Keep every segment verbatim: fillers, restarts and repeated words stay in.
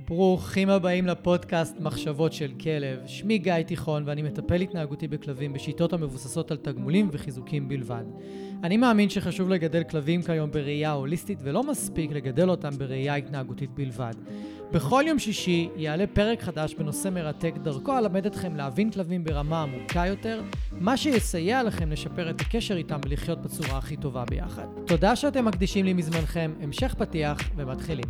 ברוכים הבאים לפודקאסט מחשבות של כלב. שמי גיא תיכון ואני מטפל התנהגותי בכלבים בשיטות המבוססות על תגמולים וחיזוקים בלבד. אני מאמין שחשוב לגדל כלבים כיום בראייה הוליסטית ולא מספיק לגדל אותם בראייה התנהגותית בלבד. בכל יום שישי יעלה פרק חדש בנושא מרתק, דרכו אלמד אתכם להבין כלבים ברמה עמוקה יותר, מה שיסייע לכם לשפר את הקשר איתם ולחיות בצורה הכי טובה ביחד. תודה שאתם מקדישים לי מזמנכם, המשך פתיח ומתחילים.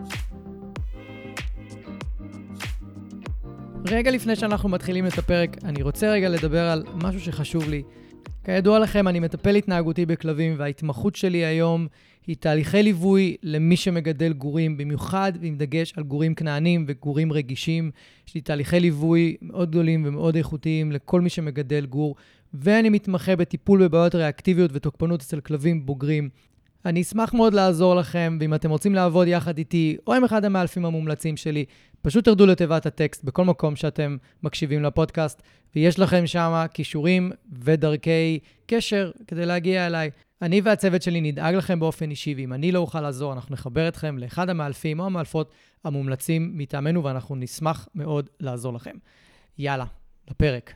רגע לפני שאנחנו מתחילים את הפרק, אני רוצה רגע לדבר על משהו שחשוב לי. כידוע לכם, אני מטפל התנהגותי בכלבים, וההתמחות שלי היום היא תהליכי ליווי למי שמגדל גורים, במיוחד עם דגש על גורים כנענים וגורים רגישים. יש לי תהליכי ליווי מאוד גדולים ומאוד איכותיים לכל מי שמגדל גור, ואני מתמחה בטיפול בבעיות ריאקטיביות ותוקפנות אצל כלבים בוגרים. אני אשמח מאוד לעזור לכם, ואם אתם רוצים לעבוד יחד איתי, או עם אחד המאלפים המומלצים שלי, פשוט תרדו לתיבת הטקסט בכל מקום שאתם מקשיבים לפודקאסט, ויש לכם שם קישורים ודרכי קשר כדי להגיע אליי. אני והצוות שלי נדאג לכם באופן אישי, ואם אני לא אוכל לעזור, אנחנו נחבר אתכם לאחד המאלפים או המאלפות המומלצים מטעמנו, ואנחנו נשמח מאוד לעזור לכם. יאללה, לפרק.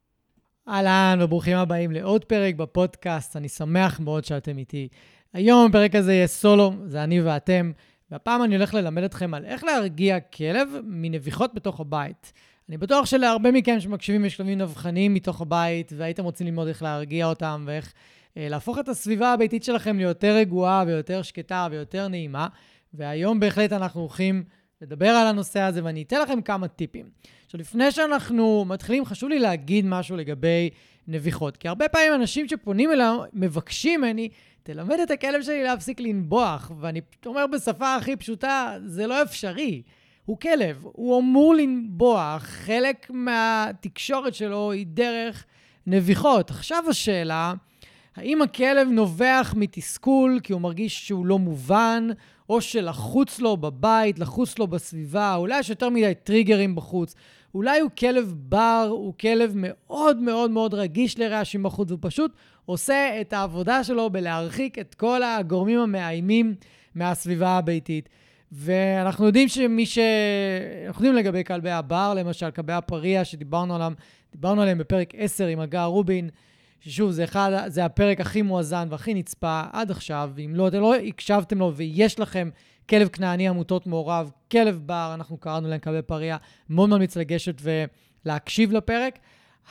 אהלן וברוכים הבאים לעוד פרק בפודקאסט, אני שמח מאוד שאתם איתי. היום הפרק הזה יהיה סולו, זה אני ואתם, והפעם אני הולך ללמד אתכם על איך להרגיע כלב מנביחות בתוך הבית. אני בטוח שלהרבה מכם שמקשיבים יש כלבים נבחנים מתוך הבית, והייתם רוצים ללמוד איך להרגיע אותם, ואיך אה, להפוך את הסביבה הביתית שלכם ליותר רגועה ויותר שקטה ויותר נעימה. והיום בהחלט אנחנו הולכים לדבר על הנושא הזה, ואני אתן לכם כמה טיפים. עכשיו, לפני שאנחנו מתחילים, חשוב לי להגיד משהו לגבי נביחות, כי הרבה פעמים אנשים שפונים אליי מבקשים ממני, תלמד את הכלב שלי להפסיק לנבוח, ואני אומר בשפה הכי פשוטה, זה לא אפשרי. הוא כלב, הוא אמור לנבוח, חלק מהתקשורת שלו היא דרך נביחות. עכשיו השאלה, האם הכלב נובח מתסכול כי הוא מרגיש שהוא לא מובן, או שלחוץ לו בבית, לחוץ לו בסביבה, אולי יש יותר מדי טריגרים בחוץ, אולי הוא כלב בר, הוא כלב מאוד מאוד מאוד רגיש לרעשים בחוץ, הוא פשוט עושה את העבודה שלו בלהרחיק את כל הגורמים המאיימים מהסביבה הביתית. ואנחנו יודעים שמי ש... אנחנו יודעים לגבי כלבי הבר, למשל כלבי הפריה שדיברנו עליהם, דיברנו עליהם בפרק עשר עם הגר רובין, ששוב, זה, אחד, זה הפרק הכי מואזן והכי נצפה עד עכשיו, ואם לא, אתם לא הקשבתם לו ויש לכם כלב כנעני עמותות מעורב, כלב בר, אנחנו קראנו להם כלבי פריה, מאוד ממליץ לגשת ולהקשיב לפרק.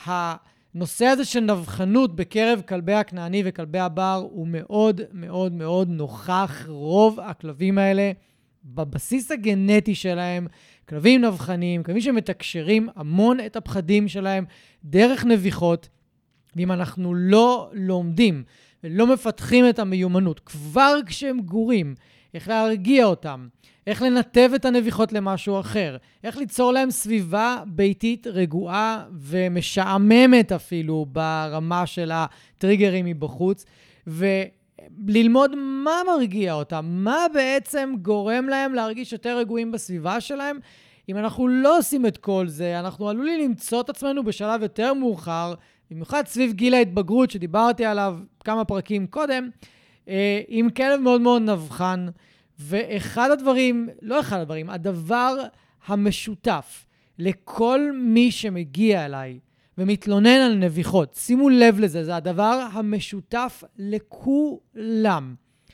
הנושא הזה של נבחנות בקרב כלבי הכנעני וכלבי הבר הוא מאוד מאוד מאוד נוכח. רוב הכלבים האלה בבסיס הגנטי שלהם, כלבים נבחנים, כלבים שמתקשרים המון את הפחדים שלהם דרך נביחות, ואם אנחנו לא לומדים ולא מפתחים את המיומנות, כבר כשהם גורים, איך להרגיע אותם, איך לנתב את הנביחות למשהו אחר, איך ליצור להם סביבה ביתית רגועה ומשעממת אפילו ברמה של הטריגרים מבחוץ, וללמוד מה מרגיע אותם, מה בעצם גורם להם להרגיש יותר רגועים בסביבה שלהם. אם אנחנו לא עושים את כל זה, אנחנו עלולים למצוא את עצמנו בשלב יותר מאוחר, במיוחד סביב גיל ההתבגרות שדיברתי עליו כמה פרקים קודם, עם כלב מאוד מאוד נבחן. ואחד הדברים, לא אחד הדברים, הדבר המשותף לכל מי שמגיע אליי ומתלונן על נביחות, שימו לב לזה, זה הדבר המשותף לכולם.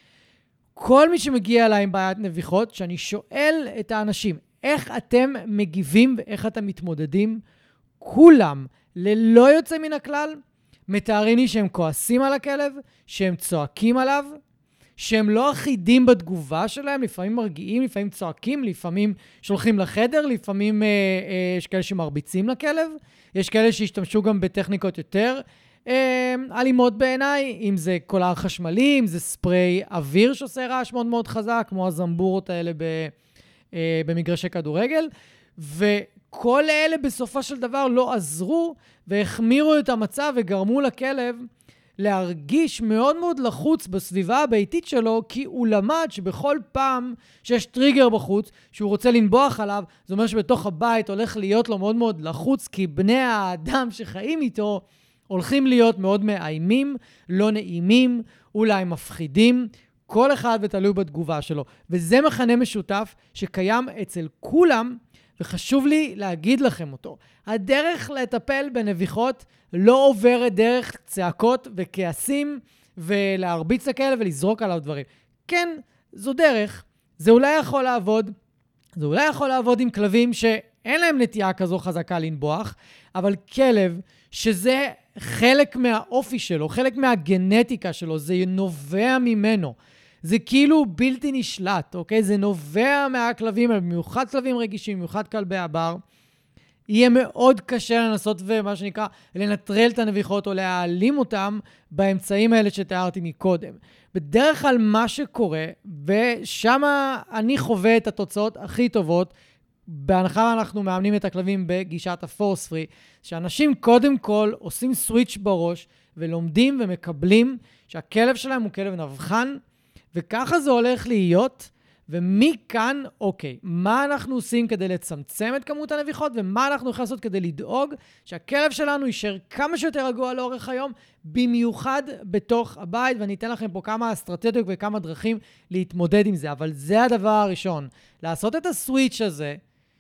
כל מי שמגיע אליי עם בעיית נביחות, שאני שואל את האנשים, איך אתם מגיבים ואיך אתם מתמודדים, כולם, ללא יוצא מן הכלל, מתארים לי שהם כועסים על הכלב, שהם צועקים עליו, שהם לא אחידים בתגובה שלהם, לפעמים מרגיעים, לפעמים צועקים, לפעמים שולחים לחדר, לפעמים אה, אה, יש כאלה שמרביצים לכלב, יש כאלה שהשתמשו גם בטכניקות יותר אה, אלימות בעיניי, אם זה קולר חשמלי, אם זה ספרי אוויר שעושה רעש מאוד מאוד חזק, כמו הזמבורות האלה ב, אה, במגרשי כדורגל, וכל אלה בסופו של דבר לא עזרו והחמירו את המצב וגרמו לכלב להרגיש מאוד מאוד לחוץ בסביבה הביתית שלו, כי הוא למד שבכל פעם שיש טריגר בחוץ, שהוא רוצה לנבוח עליו, זה אומר שבתוך הבית הולך להיות לו מאוד מאוד לחוץ, כי בני האדם שחיים איתו הולכים להיות מאוד מאיימים, לא נעימים, אולי מפחידים. כל אחד ותלוי בתגובה שלו. וזה מכנה משותף שקיים אצל כולם, וחשוב לי להגיד לכם אותו. הדרך לטפל בנביחות לא עוברת דרך צעקות וכעסים, ולהרביץ לכאלה ולזרוק עליו דברים. כן, זו דרך. זה אולי יכול לעבוד. זה אולי יכול לעבוד עם כלבים שאין להם נטייה כזו חזקה לנבוח, אבל כלב שזה חלק מהאופי שלו, חלק מהגנטיקה שלו, זה נובע ממנו. זה כאילו בלתי נשלט, אוקיי? זה נובע מהכלבים, במיוחד כלבים רגישים, במיוחד כלבי הבר. יהיה מאוד קשה לנסות ומה שנקרא, לנטרל את הנביחות או להעלים אותם באמצעים האלה שתיארתי מקודם. בדרך כלל מה שקורה, ושם אני חווה את התוצאות הכי טובות, בהנחה אנחנו מאמנים את הכלבים בגישת הפורס פרי, שאנשים קודם כל עושים סוויץ' בראש, ולומדים ומקבלים שהכלב שלהם הוא כלב נבחן, וככה זה הולך להיות, ומכאן, אוקיי, מה אנחנו עושים כדי לצמצם את כמות הנביחות, ומה אנחנו יכולים לעשות כדי לדאוג שהכלב שלנו יישאר כמה שיותר רגוע לאורך היום, במיוחד בתוך הבית, ואני אתן לכם פה כמה אסטרטגיות וכמה דרכים להתמודד עם זה, אבל זה הדבר הראשון, לעשות את הסוויץ' הזה,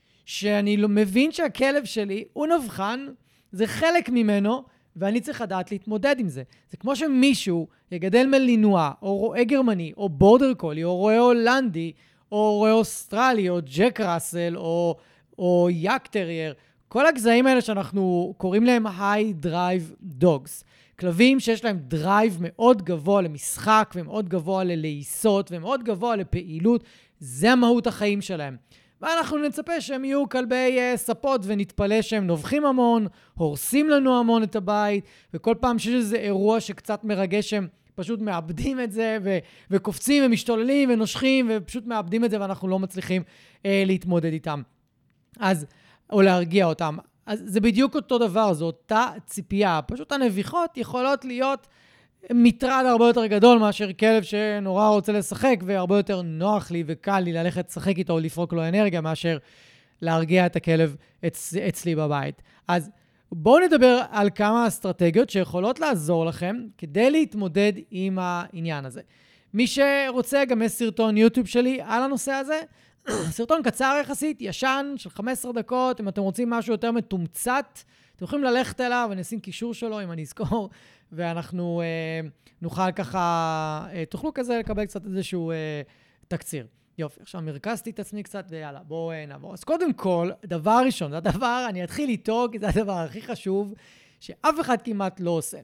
שאני לא מבין שהכלב שלי הוא נבחן, זה חלק ממנו, ואני צריך לדעת להתמודד עם זה. זה כמו שמישהו יגדל מלינוע, או רועה גרמני, או בורדר קולי, או רועה הולנדי, או רועה אוסטרלי, או ג'ק ראסל, או, או יאק טרייר. כל הגזעים האלה שאנחנו קוראים להם high drive dogs. כלבים שיש להם דרייב מאוד גבוה למשחק, ומאוד גבוה ללעיסות, ומאוד גבוה לפעילות. זה המהות החיים שלהם. ואנחנו נצפה שהם יהיו כלבי uh, ספות ונתפלא שהם נובחים המון, הורסים לנו המון את הבית, וכל פעם שיש איזה אירוע שקצת מרגש הם פשוט מאבדים את זה, ו- וקופצים ומשתוללים ונושכים, ופשוט מאבדים את זה ואנחנו לא מצליחים uh, להתמודד איתם. אז, או להרגיע אותם. אז זה בדיוק אותו דבר, זו אותה ציפייה. פשוט הנביחות יכולות להיות מטרד הרבה יותר גדול מאשר כלב שנורא רוצה לשחק, והרבה יותר נוח לי וקל לי ללכת לשחק איתו או לפרוק לו אנרגיה, מאשר להרגיע את הכלב אצ... אצלי בבית. אז בואו נדבר על כמה אסטרטגיות שיכולות לעזור לכם כדי להתמודד עם העניין הזה. מי שרוצה, גם יש סרטון יוטיוב שלי על הנושא הזה, סרטון קצר יחסית, ישן, של חמש עשרה דקות, אם אתם רוצים משהו יותר מתומצת, אתם יכולים ללכת אליו, אני אשים קישור שלו, אם אני אזכור, ואנחנו אה, נוכל ככה, אה, תוכלו כזה לקבל קצת איזשהו אה, תקציר. יופי, עכשיו מרכזתי את עצמי קצת, ויאללה, בואו אה, נעבור. אז קודם כל, דבר ראשון, זה הדבר, אני אתחיל איתו, כי זה הדבר הכי חשוב, שאף אחד כמעט לא עושה.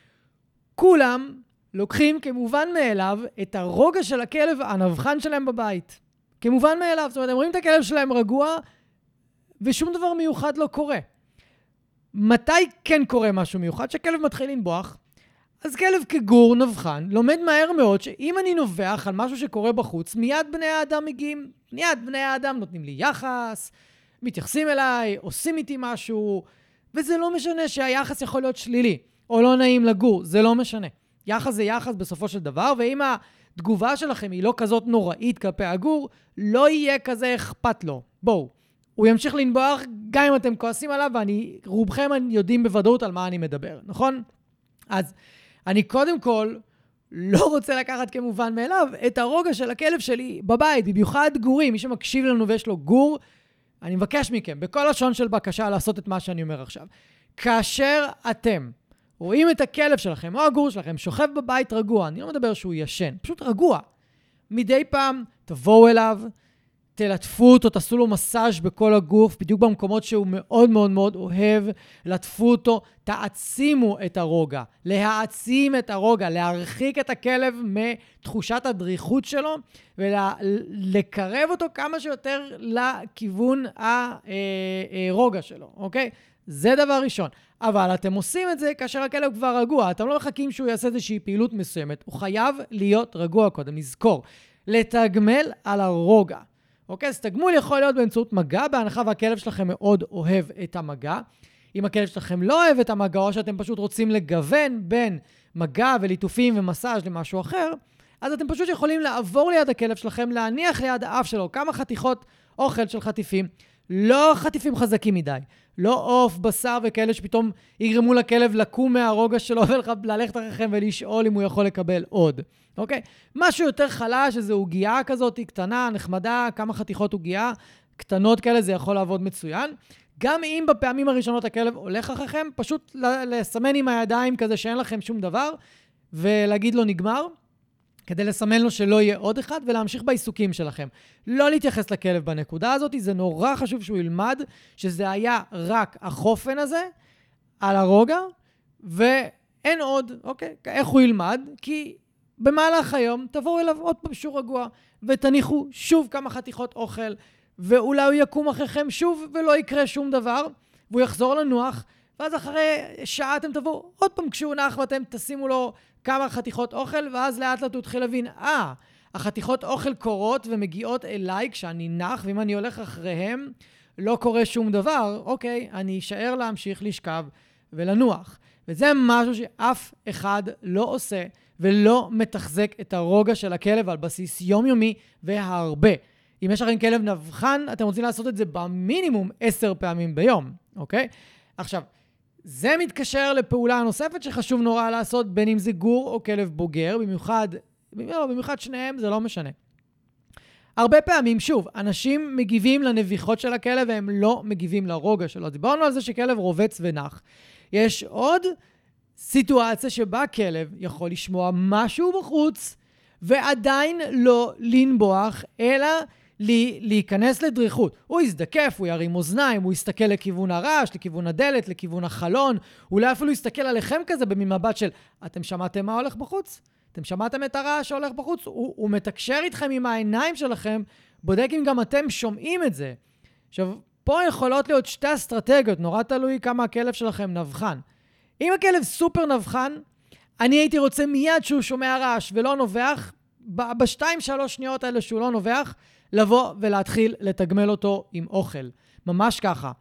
כולם לוקחים כמובן מאליו את הרוגע של הכלב הנבחן שלהם בבית. כמובן מאליו, זאת אומרת, הם רואים את הכלב שלהם רגוע, ושום דבר מיוחד לא קורה. מתי כן קורה משהו מיוחד? שכלב מתחיל לנבוח, אז כלב כגור נבחן, לומד מהר מאוד שאם אני נובח על משהו שקורה בחוץ, מיד בני האדם מגיעים, מיד בני האדם נותנים לי יחס, מתייחסים אליי, עושים איתי משהו, וזה לא משנה שהיחס יכול להיות שלילי, או לא נעים לגור, זה לא משנה. יחס זה יחס בסופו של דבר, ואם התגובה שלכם היא לא כזאת נוראית כלפי הגור, לא יהיה כזה אכפת לו. בואו. הוא ימשיך לנבוח גם אם אתם כועסים עליו, ואני, רובכם יודעים בוודאות על מה אני מדבר, נכון? אז אני קודם כל לא רוצה לקחת כמובן מאליו את הרוגע של הכלב שלי בבית, במיוחד גורים, מי שמקשיב לנו ויש לו גור, אני מבקש מכם, בכל לשון של בקשה, לעשות את מה שאני אומר עכשיו. כאשר אתם רואים את הכלב שלכם, או הגור שלכם, שוכב בבית רגוע, אני לא מדבר שהוא ישן, פשוט רגוע. מדי פעם תבואו אליו, תלטפו אותו, תעשו לו מסאז' בכל הגוף, בדיוק במקומות שהוא מאוד מאוד מאוד אוהב, לטפו אותו, תעצימו את הרוגע, להעצים את הרוגע, להרחיק את הכלב מתחושת הדריכות שלו, ולקרב אותו כמה שיותר לכיוון הרוגע שלו, אוקיי? זה דבר ראשון. אבל אתם עושים את זה כאשר הכלב כבר רגוע, אתם לא מחכים שהוא יעשה איזושהי פעילות מסוימת, הוא חייב להיות רגוע קודם, לזכור, לתגמל על הרוגע. אוקיי, אז תגמול יכול להיות באמצעות מגע, בהנחה והכלב שלכם מאוד אוהב את המגע. אם הכלב שלכם לא אוהב את המגע, או שאתם פשוט רוצים לגוון בין מגע וליטופים ומסאז' למשהו אחר, אז אתם פשוט יכולים לעבור ליד הכלב שלכם, להניח ליד האף שלו כמה חתיכות אוכל של חטיפים, לא חטיפים חזקים מדי, לא עוף, בשר וכאלה שפתאום יגרמו לכלב לקום מהרוגע שלו וללכת אחריכם ולשאול אם הוא יכול לקבל עוד. אוקיי? משהו יותר חלש, איזו עוגייה כזאת, קטנה, נחמדה, כמה חתיכות עוגייה, קטנות כאלה, זה יכול לעבוד מצוין. גם אם בפעמים הראשונות הכלב הולך אחריכם, פשוט לסמן עם הידיים כזה שאין לכם שום דבר, ולהגיד לו נגמר, כדי לסמן לו שלא יהיה עוד אחד, ולהמשיך בעיסוקים שלכם. לא להתייחס לכלב בנקודה הזאת, זה נורא חשוב שהוא ילמד שזה היה רק החופן הזה על הרוגע, ואין עוד, אוקיי? איך הוא ילמד? כי במהלך היום תבואו אליו עוד פעם שוב רגוע, ותניחו שוב כמה חתיכות אוכל, ואולי הוא יקום אחריכם שוב ולא יקרה שום דבר, והוא יחזור לנוח, ואז אחרי שעה אתם תבואו עוד פעם כשהוא נח, ואתם תשימו לו כמה חתיכות אוכל, ואז לאט לאט הוא תחיל להבין, אה, החתיכות אוכל קורות ומגיעות אליי כשאני נח, ואם אני הולך אחריהם, לא קורה שום דבר, אוקיי, אני אשאר להמשיך לשכב ולנוח. וזה משהו שאף אחד לא עושה, ולא מתחזק את הרוגע של הכלב על בסיס יומיומי והרבה. אם יש לכם כלב נבחן, אתם רוצים לעשות את זה במינימום עשר פעמים ביום, אוקיי? עכשיו, זה מתקשר לפעולה נוספת שחשוב נורא לעשות, בין אם זה גור או כלב בוגר, במיוחד, במיוחד שניהם, זה לא משנה. הרבה פעמים, שוב, אנשים מגיבים לנביחות של הכלב, והם לא מגיבים לרוגע שלו. דיברנו על זה שכלב רובץ ונח. יש עוד סיטואציה שבה כלב יכול לשמוע משהו בחוץ, ועדיין לא לנבוח, אלא לי, להיכנס לדריכות. הוא יזדקף, הוא ירים אוזניים, הוא יסתכל לכיוון הרעש, לכיוון הדלת, לכיוון החלון, אולי אפילו יסתכל עליכם כזה במבט של, אתם שמעתם מה הולך בחוץ? אתם שמעתם את הרעש שהולך בחוץ? הוא, הוא מתקשר איתכם עם העיניים שלכם, בודק אם גם אתם שומעים את זה. עכשיו, פה יכולות להיות שתי אסטרטגיות, נורא תלוי כמה הכלב שלכם נבחן. אם הכלב סופר נבחן, אני הייתי רוצה מיד שהוא שומע רעש ולא נובח, בשתיים שלוש שניות האלה שהוא לא נובח, לבוא ולהתחיל לתגמל אותו עם אוכל. ממש ככה.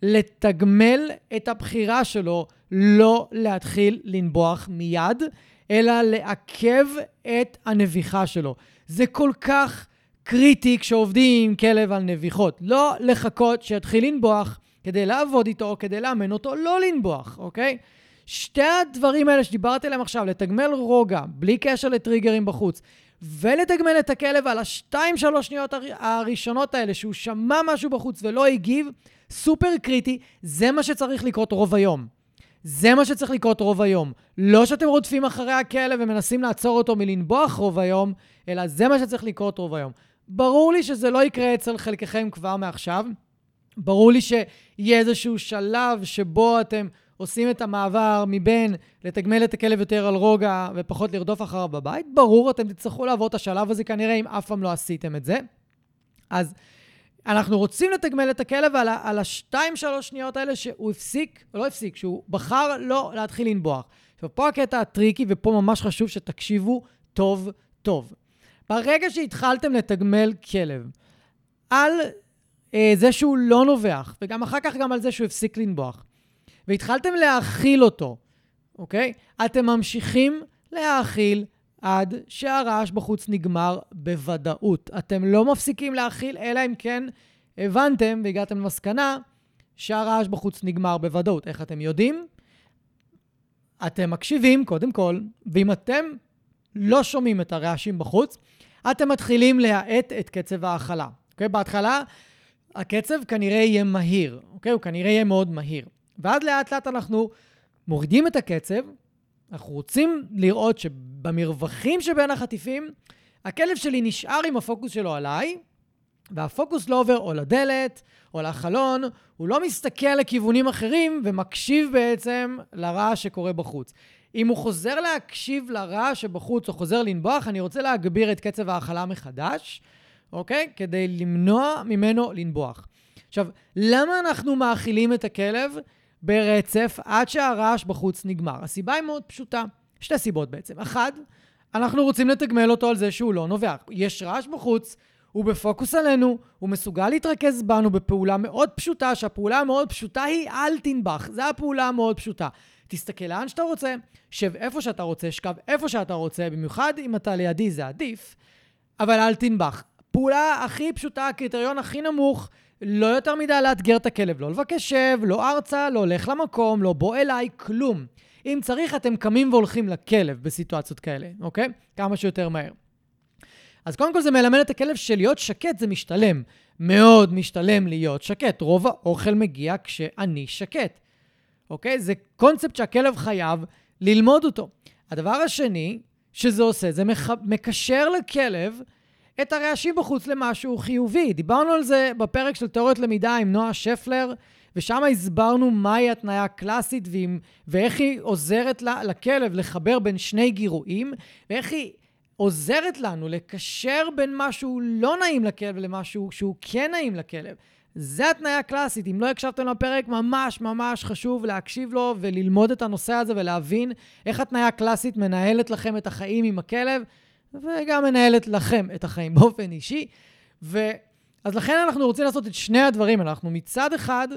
לתגמל את הבחירה שלו, לא להתחיל לנבוח מיד, אלא לעכב את הנביחה שלו. זה כל כך קריטי כשעובדים עם כלב על נביחות. לא לחכות שיתחיל לנבוח כדי לעבוד איתו, כדי לאמן אותו, לא לנבוח, אוקיי? שתי הדברים האלה שדיברתי עליהם עכשיו, לתגמל רוגע, בלי קשר לטריגרים בחוץ, ולתגמל את הכלב על השתיים שלוש שניות הראשונות האלה, שהוא שמע משהו בחוץ ולא הגיב, סופר קריטי, זה מה שצריך לקרות רוב היום. זה מה שצריך לקרות רוב היום. לא שאתם רודפים אחרי הכלב ומנסים לעצור אותו מלנבוח רוב היום, אלא זה מה שצריך לקרות רוב היום. ברור לי שזה לא יקרה אצל חלקכם כבר מעכשיו. ברור לי שיהיה איזשהו שלב שבו אתם עושים את המעבר מבין לתגמל את הכלב יותר על רוגע ופחות לרדוף אחריו בבית. ברור, אתם תצטרכו לעבור את השלב הזה כנראה אם אף פעם לא עשיתם את זה. אז אנחנו רוצים לתגמל את הכלב על, על השתיים שלוש שניות האלה שהוא הפסיק, או לא הפסיק, שהוא בחר לא להתחיל לנבוח. עכשיו, פה הקטע הטריקי, ופה ממש חשוב שתקשיבו טוב טוב. ברגע שהתחלתם לתגמל כלב על אה, זה שהוא לא נובח, וגם אחר כך גם על זה שהוא הפסיק לנבוח, והתחלתם להאכיל אותו, אוקיי? אתם ממשיכים להאכיל עד שהרעש בחוץ נגמר בוודאות. אתם לא מפסיקים להאכיל, אלא אם כן הבנתם והגעתם למסקנה שהרעש בחוץ נגמר בוודאות. איך אתם יודעים? אתם מקשיבים קודם כל, ואם אתם לא שומעים את הרעשים בחוץ, אתם מתחילים להאט את קצב ההאכלה. אוקיי? בהתחלה הקצב כנראה יהיה מהיר, אוקיי? הוא כנראה יהיה מאוד מהיר. ואז לאט לאט אנחנו מורידים את הקצב, אנחנו רוצים לראות שבמרווחים שבין החטיפים, הכלב שלי נשאר עם הפוקוס שלו עליי, והפוקוס לא עובר או לדלת או לחלון, הוא לא מסתכל לכיוונים אחרים ומקשיב בעצם לרעש שקורה בחוץ. אם הוא חוזר להקשיב לרעש שבחוץ או חוזר לנבוח, אני רוצה להגביר את קצב ההאכלה מחדש, אוקיי? כדי למנוע ממנו לנבוח. עכשיו, למה אנחנו מאכילים את הכלב ברצף עד שהרעש בחוץ נגמר? הסיבה היא מאוד פשוטה. שתי סיבות בעצם. אחד, אנחנו רוצים לתגמל אותו על זה שהוא לא נובח. יש רעש בחוץ, הוא בפוקוס עלינו, הוא מסוגל להתרכז בנו בפעולה מאוד פשוטה, שהפעולה המאוד פשוטה היא אל תנבח. זו הפעולה המאוד פשוטה. תסתכל לאן שאתה רוצה, שב איפה שאתה רוצה, שכב איפה שאתה רוצה, במיוחד אם אתה לידי זה עדיף, אבל אל תנבח. פעולה הכי פשוטה, הקריטריון הכי נמוך, לא יותר מדי לאתגר את הכלב, לא לבקש שב, לא ארצה, לא הולך למקום, לא בוא אליי, כלום. אם צריך, אתם קמים והולכים לכלב בסיטואציות כאלה, אוקיי? כמה שיותר מהר. אז קודם כל זה מלמד את הכלב שלהיות שקט זה משתלם. מאוד משתלם להיות שקט. רוב האוכל מגיע כשאני שקט. אוקיי? זה קונספט שהכלב חייב ללמוד אותו. הדבר השני שזה עושה, זה מח... מקשר לכלב את הרעשים בחוץ למשהו חיובי. דיברנו על זה בפרק של תיאוריות למידה עם נועה שפלר, ושם הסברנו מהי התניה קלאסית ועם... ואיך היא עוזרת לכלב לחבר בין שני גירויים, ואיך היא עוזרת לנו לקשר בין משהו לא נעים לכלב למשהו שהוא כן נעים לכלב. זה התניה קלאסית. אם לא הקשבתם לפרק, ממש ממש חשוב להקשיב לו וללמוד את הנושא הזה ולהבין איך התניה קלאסית מנהלת לכם את החיים עם הכלב, וגם מנהלת לכם את החיים באופן אישי. ו... אז לכן אנחנו רוצים לעשות את שני הדברים. אנחנו מצד אחד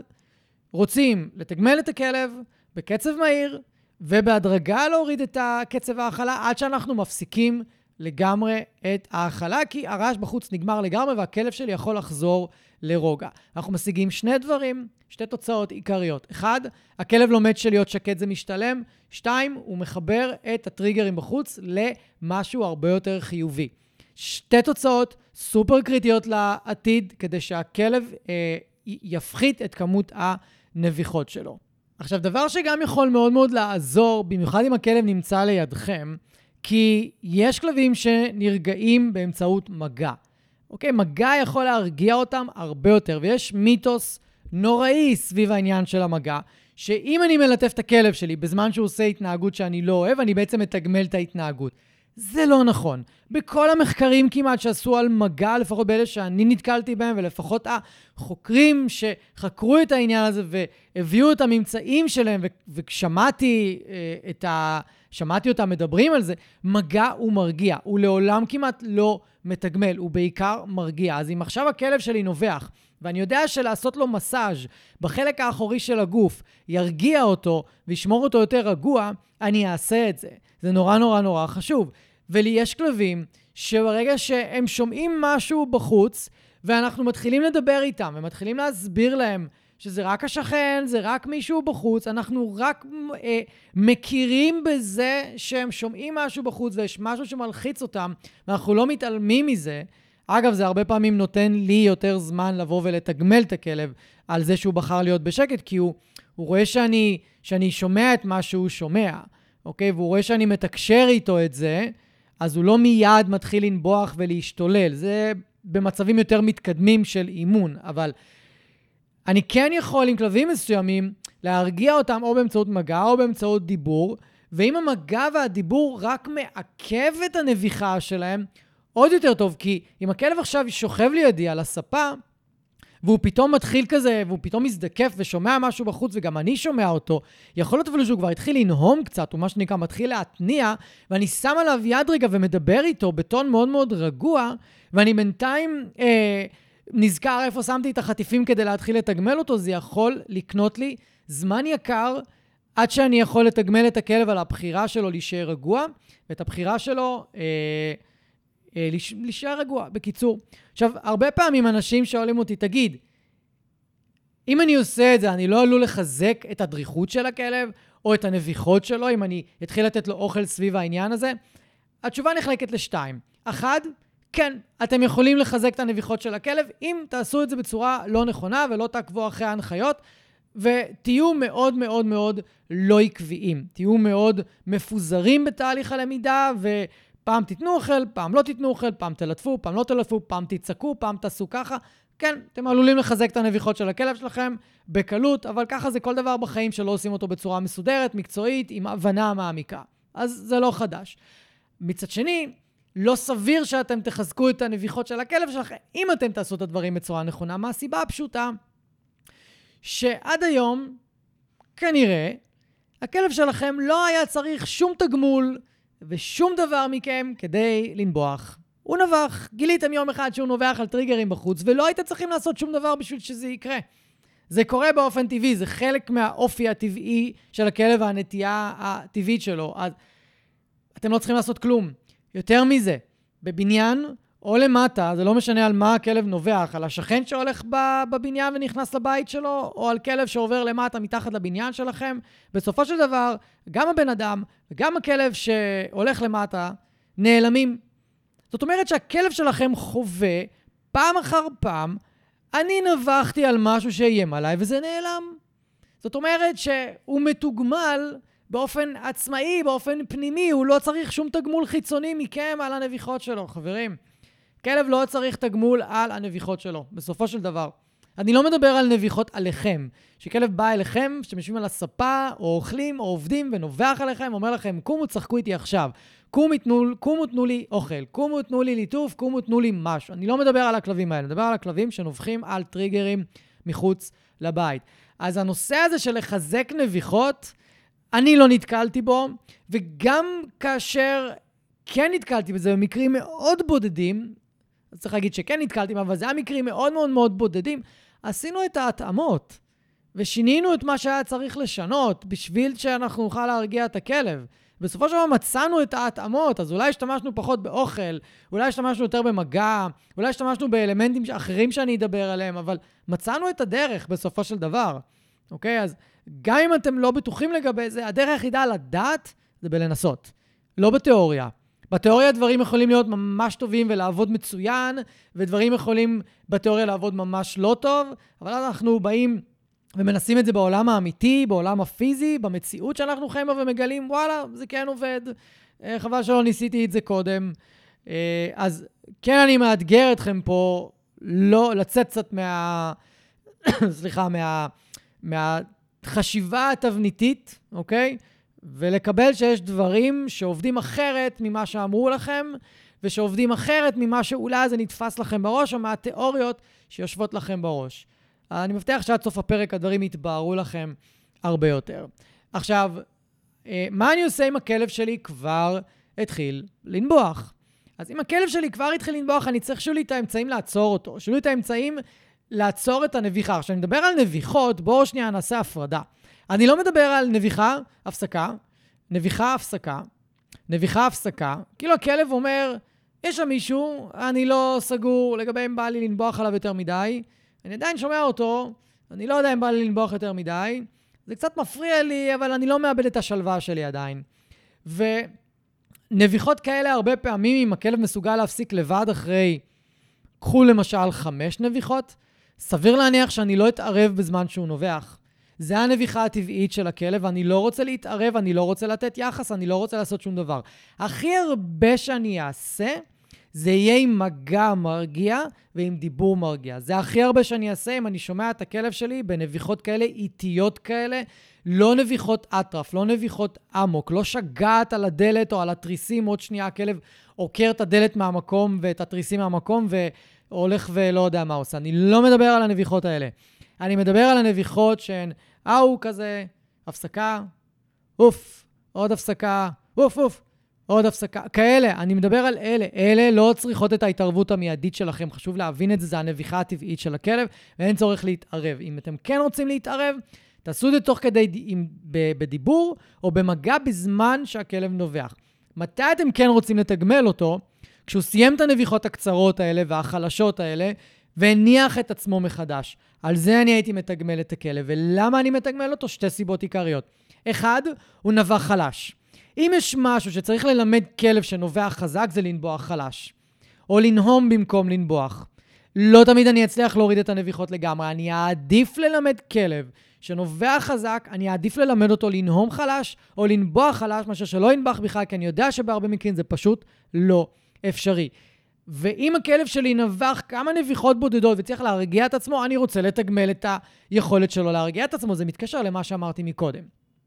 רוצים לתגמל את הכלב בקצב מהיר, ובהדרגה להוריד את הקצב האכלה עד שאנחנו מפסיקים לגמרי את האכלה, כי הרעש בחוץ נגמר לגמרי והכלב שלי יכול לחזור לרוגע. אנחנו משיגים שני דברים, שתי תוצאות עיקריות. אחד, הכלב לומד שלהיות שקט זה משתלם. שתיים, הוא מחבר את הטריגרים בחוץ למשהו הרבה יותר חיובי. שתי תוצאות סופר קריטיות לעתיד, כדי שהכלב אה, יפחית את כמות הנביחות שלו. עכשיו, דבר שגם יכול מאוד מאוד לעזור, במיוחד אם הכלב נמצא לידכם, כי יש כלבים שנרגעים באמצעות מגע. אוקיי? מגע יכול להרגיע אותם הרבה יותר, ויש מיתוס נוראי סביב העניין של המגע, שאם אני מלטף את הכלב שלי בזמן שהוא עושה התנהגות שאני לא אוהב, אני בעצם מתגמל את ההתנהגות. זה לא נכון. בכל המחקרים כמעט שעשו על מגע, לפחות באלה שאני נתקלתי בהם, ולפחות החוקרים שחקרו את העניין הזה והביאו את הממצאים שלהם, ושמעתי את ה... שמעתי אותם מדברים על זה, מגע הוא מרגיע. הוא לעולם כמעט לא מתגמל, הוא בעיקר מרגיע. אז אם עכשיו הכלב שלי נובח, ואני יודע שלעשות לו מסאז' בחלק האחורי של הגוף, ירגיע אותו וישמור אותו יותר רגוע, אני אעשה את זה. זה נורא נורא נורא חשוב. ולי יש כלבים שברגע שהם שומעים משהו בחוץ, ואנחנו מתחילים לדבר איתם, ומתחילים להסביר להם שזה רק השכן, זה רק מישהו בחוץ, אנחנו רק אה, מכירים בזה שהם שומעים משהו בחוץ, ויש משהו שמלחיץ אותם, ואנחנו לא מתעלמים מזה. אגב, זה הרבה פעמים נותן לי יותר זמן לבוא ולתגמל את הכלב על זה שהוא בחר להיות בשקט, כי הוא, הוא רואה שאני, שאני שומע את מה שהוא שומע, אוקיי? והוא רואה שאני מתקשר איתו את זה, אז הוא לא מיד מתחיל לנבוח ולהשתולל. זה במצבים יותר מתקדמים של אימון, אבל אני כן יכול עם כלבים מסוימים להרגיע אותם או באמצעות מגע או באמצעות דיבור, ואם המגע והדיבור רק מעכב את הנביחה שלהם, עוד יותר טוב, כי אם הכלב עכשיו שוכב לידי על הספה, והוא פתאום מתחיל כזה, והוא פתאום מזדקף ושומע משהו בחוץ, וגם אני שומע אותו, יכול להיות אפילו שהוא כבר התחיל לנהום קצת, או מה שנקרא, מתחיל להתניע, ואני שם עליו יד רגע ומדבר איתו בטון מאוד מאוד רגוע, ואני בינתיים אה, נזכר איפה שמתי את החטיפים כדי להתחיל לתגמל אותו, זה יכול לקנות לי זמן יקר, עד שאני יכול לתגמל את הכלב על הבחירה שלו להישאר רגוע, ואת הבחירה שלו אה, אה, להישאר רגוע, בקיצור. עכשיו, הרבה פעמים אנשים שואלים אותי, תגיד, אם אני עושה את זה, אני לא עלול לחזק את הדריכות של הכלב, או את הנביחות שלו, אם אני אתחיל לתת לו אוכל סביב העניין הזה? התשובה נחלקת לשתיים. אחד, כן, אתם יכולים לחזק את הנביחות של הכלב, אם תעשו את זה בצורה לא נכונה, ולא תעקבו אחרי ההנחיות, ותהיו מאוד מאוד מאוד לא עקביים. תהיו מאוד מפוזרים בתהליך הלמידה, ופעם תיתנו אוכל, פעם לא תיתנו אוכל, פעם תלטפו, פעם לא תלטפו, פעם תצעקו, פעם תעשו ככה. כן, אתם עלולים לחזק את הנביחות של הכלב שלכם בקלות, אבל ככה זה כל דבר בחיים שלא עושים אותו בצורה מסודרת, מקצועית, עם הבנה מעמיקה. אז זה לא חדש. מצד שני, לא סביר שאתם תחזקו את הנביחות של הכלב שלכם, אם אתם תעשו את הדברים בצורה נכונה. מהסיבה הפשוטה, שעד היום, כנראה, הכלב שלכם לא היה צריך שום תגמול ושום דבר מכם כדי לנבוח. הוא נבח, גיליתם יום אחד שהוא נובח על טריגרים בחוץ, ולא הייתם צריכים לעשות שום דבר בשביל שזה יקרה. זה קורה באופן טבעי, זה חלק מהאופי הטבעי של הכלב והנטייה הטבעית שלו. אז אתם לא צריכים לעשות כלום. יותר מזה, בבניין או למטה, זה לא משנה על מה הכלב נובח, על השכן שהולך בבניין ונכנס לבית שלו, או על כלב שעובר למטה מתחת לבניין שלכם. בסופו של דבר, גם הבן אדם וגם הכלב שהולך למטה נעלמים. זאת אומרת שהכלב שלכם חווה פעם אחר פעם, אני נבחתי על משהו שאיים עליי וזה נעלם. זאת אומרת שהוא מתוגמל באופן עצמאי, באופן פנימי, הוא לא צריך שום תגמול חיצוני מכם על הנביחות שלו, חברים. כלב לא צריך תגמול על הנביחות שלו, בסופו של דבר. אני לא מדבר על נביחות עליכם, שכלב בא אליכם, שאתם יושבים על הספה, או אוכלים, או עובדים, ונובח עליכם, אומר לכם, קומו, צחקו איתי עכשיו. קומו, תנו, קומו, תנו לי אוכל. קומו, תנו לי ליטוף, קומו, תנו לי משהו. אני לא מדבר על הכלבים האלה, אני מדבר על הכלבים שנובחים על טריגרים מחוץ לבית. אז הנושא הזה של לחזק נביחות, אני לא נתקלתי בו, וגם כאשר כן נתקלתי בזה במקרים מאוד בודדים, אז צריך להגיד שכן נתקלתי, אבל זה היה מקרים מאוד מאוד מאוד בודדים, עשינו את ההתאמות, ושינינו את מה שהיה צריך לשנות, בשביל שאנחנו נוכל להרגיע את הכלב. בסופו של דבר מצאנו את ההתאמות, אז אולי השתמשנו פחות באוכל, אולי השתמשנו יותר במגע, אולי השתמשנו באלמנטים אחרים שאני אדבר עליהם, אבל מצאנו את הדרך בסופו של דבר. אוקיי? אז גם אם אתם לא בטוחים לגבי זה, הדרך היחידה לדעת זה בלנסות, לא בתיאוריה. בתיאוריה דברים יכולים להיות ממש טובים ולעבוד מצוין, ודברים יכולים בתיאוריה לעבוד ממש לא טוב, אבל אנחנו באים ומנסים את זה בעולם האמיתי, בעולם הפיזי, במציאות שאנחנו חיים בה ומגלים, וואלה, זה כן עובד. חבל שלא ניסיתי את זה קודם. אז כן, אני מאתגר אתכם פה לא לצאת קצת מה... סליחה, מה... מהחשיבה התבניתית, אוקיי? ולקבל שיש דברים שעובדים אחרת ממה שאמרו לכם, ושעובדים אחרת ממה שאולי זה נתפס לכם בראש, או מהתיאוריות שיושבות לכם בראש. אני מבטיח שעד סוף הפרק הדברים יתבהרו לכם הרבה יותר. עכשיו, מה אני עושה אם הכלב שלי כבר התחיל לנבוח? אז אם הכלב שלי כבר התחיל לנבוח, אני צריך שיהיו לי את האמצעים לעצור אותו. שיהיו לי את האמצעים לעצור את הנביחה. עכשיו, אני מדבר על נביחות, בואו שנייה נעשה הפרדה. אני לא מדבר על נביחה, הפסקה, נביחה, הפסקה, נביחה, הפסקה. כאילו הכלב אומר, יש שם מישהו, אני לא סגור לגבי אם בא לי לנבוח עליו יותר מדי, אני עדיין שומע אותו, אני לא יודע אם בא לי לנבוח יותר מדי, זה קצת מפריע לי, אבל אני לא מאבד את השלווה שלי עדיין. ונביחות כאלה הרבה פעמים, אם הכלב מסוגל להפסיק לבד אחרי, קחו למשל חמש נביחות, סביר להניח שאני לא אתערב בזמן שהוא נובח. זה הנביחה הטבעית של הכלב, אני לא רוצה להתערב, אני לא רוצה לתת יחס, אני לא רוצה לעשות שום דבר. הכי הרבה שאני אעשה, זה יהיה עם מגע מרגיע ועם דיבור מרגיע. זה הכי הרבה שאני אעשה אם אני שומע את הכלב שלי בנביחות כאלה, איטיות כאלה, לא נביחות אטרף, לא נביחות עמוק, לא שגעת על הדלת או על התריסים, עוד שנייה הכלב עוקר את הדלת מהמקום ואת התריסים מהמקום והולך ולא יודע מה עושה. אני לא מדבר על הנביחות האלה. אני מדבר על הנביחות שהן, אהו כזה, הפסקה, אוף, עוד הפסקה, אוף, אוף, עוד הפסקה, כאלה, אני מדבר על אלה. אלה לא צריכות את ההתערבות המיידית שלכם, חשוב להבין את זה, זה הנביחה הטבעית של הכלב, ואין צורך להתערב. אם אתם כן רוצים להתערב, תעשו את זה תוך כדי עם, ב, בדיבור, או במגע בזמן שהכלב נובח. מתי אתם כן רוצים לתגמל אותו? כשהוא סיים את הנביחות הקצרות האלה והחלשות האלה, והניח את עצמו מחדש. על זה אני הייתי מתגמל את הכלב. ולמה אני מתגמל אותו? שתי סיבות עיקריות. אחד, הוא נבח חלש. אם יש משהו שצריך ללמד כלב שנובח חזק, זה לנבוח חלש. או לנהום במקום לנבוח. לא תמיד אני אצליח להוריד את הנביחות לגמרי. אני אעדיף ללמד כלב שנובח חזק, אני אעדיף ללמד אותו לנהום חלש, או לנבוח חלש, משהו שלא ינבח בכלל, כי אני יודע שבהרבה מקרים זה פשוט לא אפשרי. ואם הכלב שלי נבח כמה נביחות בודדות וצריך להרגיע את עצמו, אני רוצה לתגמל את היכולת שלו להרגיע את עצמו. זה מתקשר למה שאמרתי מקודם.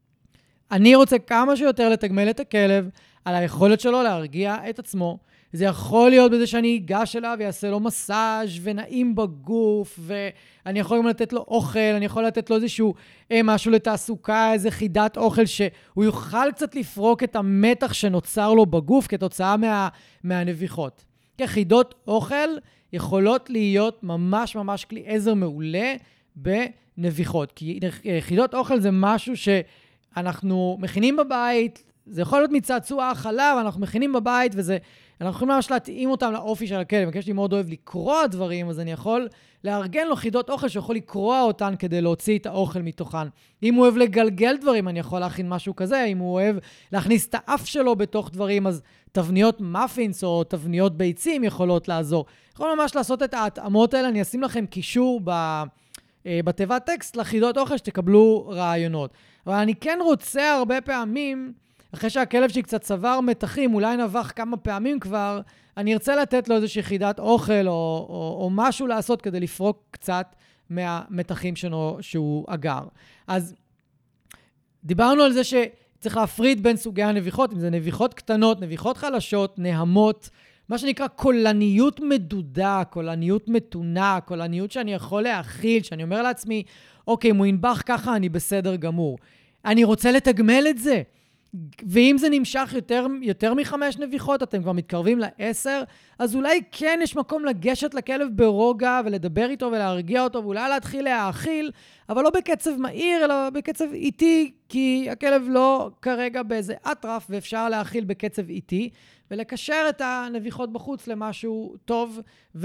אני רוצה כמה שיותר לתגמל את הכלב על היכולת שלו להרגיע את עצמו. זה יכול להיות בזה שאני אגש אליו ויעשה לו מסאז' ונעים בגוף, ואני יכול גם לתת לו אוכל, אני יכול לתת לו איזשהו אה, משהו לתעסוקה, איזה חידת אוכל שהוא יוכל קצת לפרוק את המתח שנוצר לו בגוף כתוצאה מה, מהנביחות. כי חידות אוכל יכולות להיות ממש ממש כלי עזר מעולה בנביחות. כי חידות אוכל זה משהו שאנחנו מכינים בבית, זה יכול להיות מצעצוע החלב, אנחנו מכינים בבית וזה אנחנו יכולים ממש להתאים אותם לאופי של הכלב. בגלל שאני מאוד אוהב לקרוע דברים, אז אני יכול לארגן לו חידות אוכל שיכול לקרוע אותן כדי להוציא את האוכל מתוכן. אם הוא אוהב לגלגל דברים, אני יכול להכין משהו כזה. אם הוא אוהב להכניס את האף שלו בתוך דברים, אז תבניות מאפינס או תבניות ביצים יכולות לעזור. יכול ממש לעשות את ההתאמות האלה. אני אשים לכם קישור ב... בתיבת טקסט לחידות אוכל שתקבלו רעיונות. אבל אני כן רוצה הרבה פעמים, אחרי שהכלב שלי קצת צבר מתחים, אולי נבח כמה פעמים כבר, אני ארצה לתת לו איזושהי חידת אוכל או, או, או משהו לעשות כדי לפרוק קצת מהמתחים שלו שהוא אגר. אז דיברנו על זה שצריך להפריד בין סוגי הנביחות, אם זה נביחות קטנות, נביחות חלשות, נהמות, מה שנקרא קולניות מדודה, קולניות מתונה, קולניות שאני יכול להכיל, שאני אומר לעצמי, אוקיי, אם הוא ינבח ככה, אני בסדר גמור. אני רוצה לתגמל את זה. ואם זה נמשך יותר, יותר מחמש נביחות, אתם כבר מתקרבים לעשר, אז אולי כן יש מקום לגשת לכלב ברוגע ולדבר איתו ולהרגיע אותו, ואולי להתחיל להאכיל, אבל לא בקצב מהיר, אלא בקצב איטי, כי הכלב לא כרגע באיזה אטרף, ואפשר להאכיל בקצב איטי, ולקשר את הנביחות בחוץ למשהו טוב,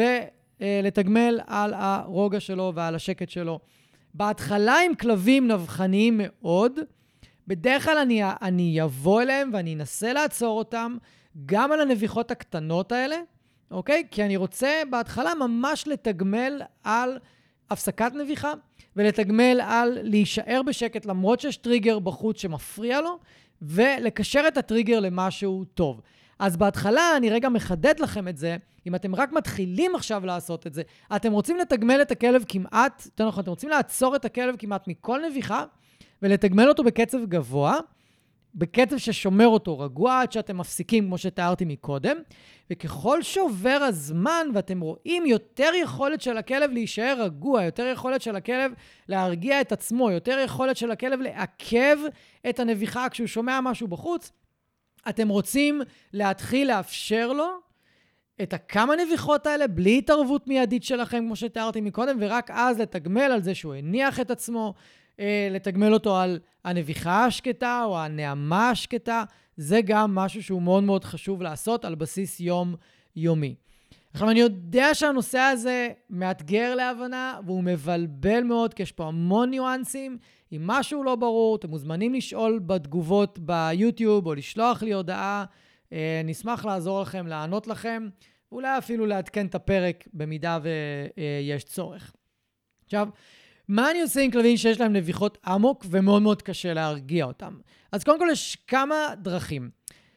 ולתגמל על הרוגע שלו ועל השקט שלו. בהתחלה עם כלבים נבחניים מאוד, בדרך כלל אני, אני אבוא אליהם ואני אנסה לעצור אותם, גם על הנביחות הקטנות האלה, אוקיי? כי אני רוצה בהתחלה ממש לתגמל על הפסקת נביחה, ולתגמל על להישאר בשקט למרות שיש טריגר בחוץ שמפריע לו, ולקשר את הטריגר למשהו טוב. אז בהתחלה אני רגע מחדד לכם את זה, אם אתם רק מתחילים עכשיו לעשות את זה, אתם רוצים לתגמל את הכלב כמעט, אתם רוצים לעצור את הכלב כמעט מכל נביחה, ולתגמל אותו בקצב גבוה, בקצב ששומר אותו רגוע, עד שאתם מפסיקים, כמו שתיארתי מקודם, וככל שעובר הזמן, ואתם רואים יותר יכולת של הכלב להישאר רגוע, יותר יכולת של הכלב להרגיע את עצמו, יותר יכולת של הכלב לעכב את הנביחה כשהוא שומע משהו בחוץ, אתם רוצים להתחיל לאפשר לו את הכמה נביחות האלה, בלי התערבות מיידית שלכם, כמו שתיארתי מקודם, ורק אז לתגמל על זה שהוא הניח את עצמו, לתגמל אותו על הנביחה השקטה או הנעמה השקטה, זה גם משהו שהוא מאוד מאוד חשוב לעשות על בסיס יום יומי. עכשיו אני יודע שהנושא הזה מאתגר להבנה, והוא מבלבל מאוד, כי יש פה המון ניואנסים. אם משהו לא ברור, אתם מוזמנים לשאול בתגובות ביוטיוב, או לשלוח לי הודעה. נשמח לעזור לכם, לענות לכם, ואולי אפילו לעדכן את הפרק במידה ויש צורך. עכשיו, מה אני עושה עם כלבים שיש להם נביחות עמוק ומאוד מאוד קשה להרגיע אותם? אז קודם כל יש כמה דרכים.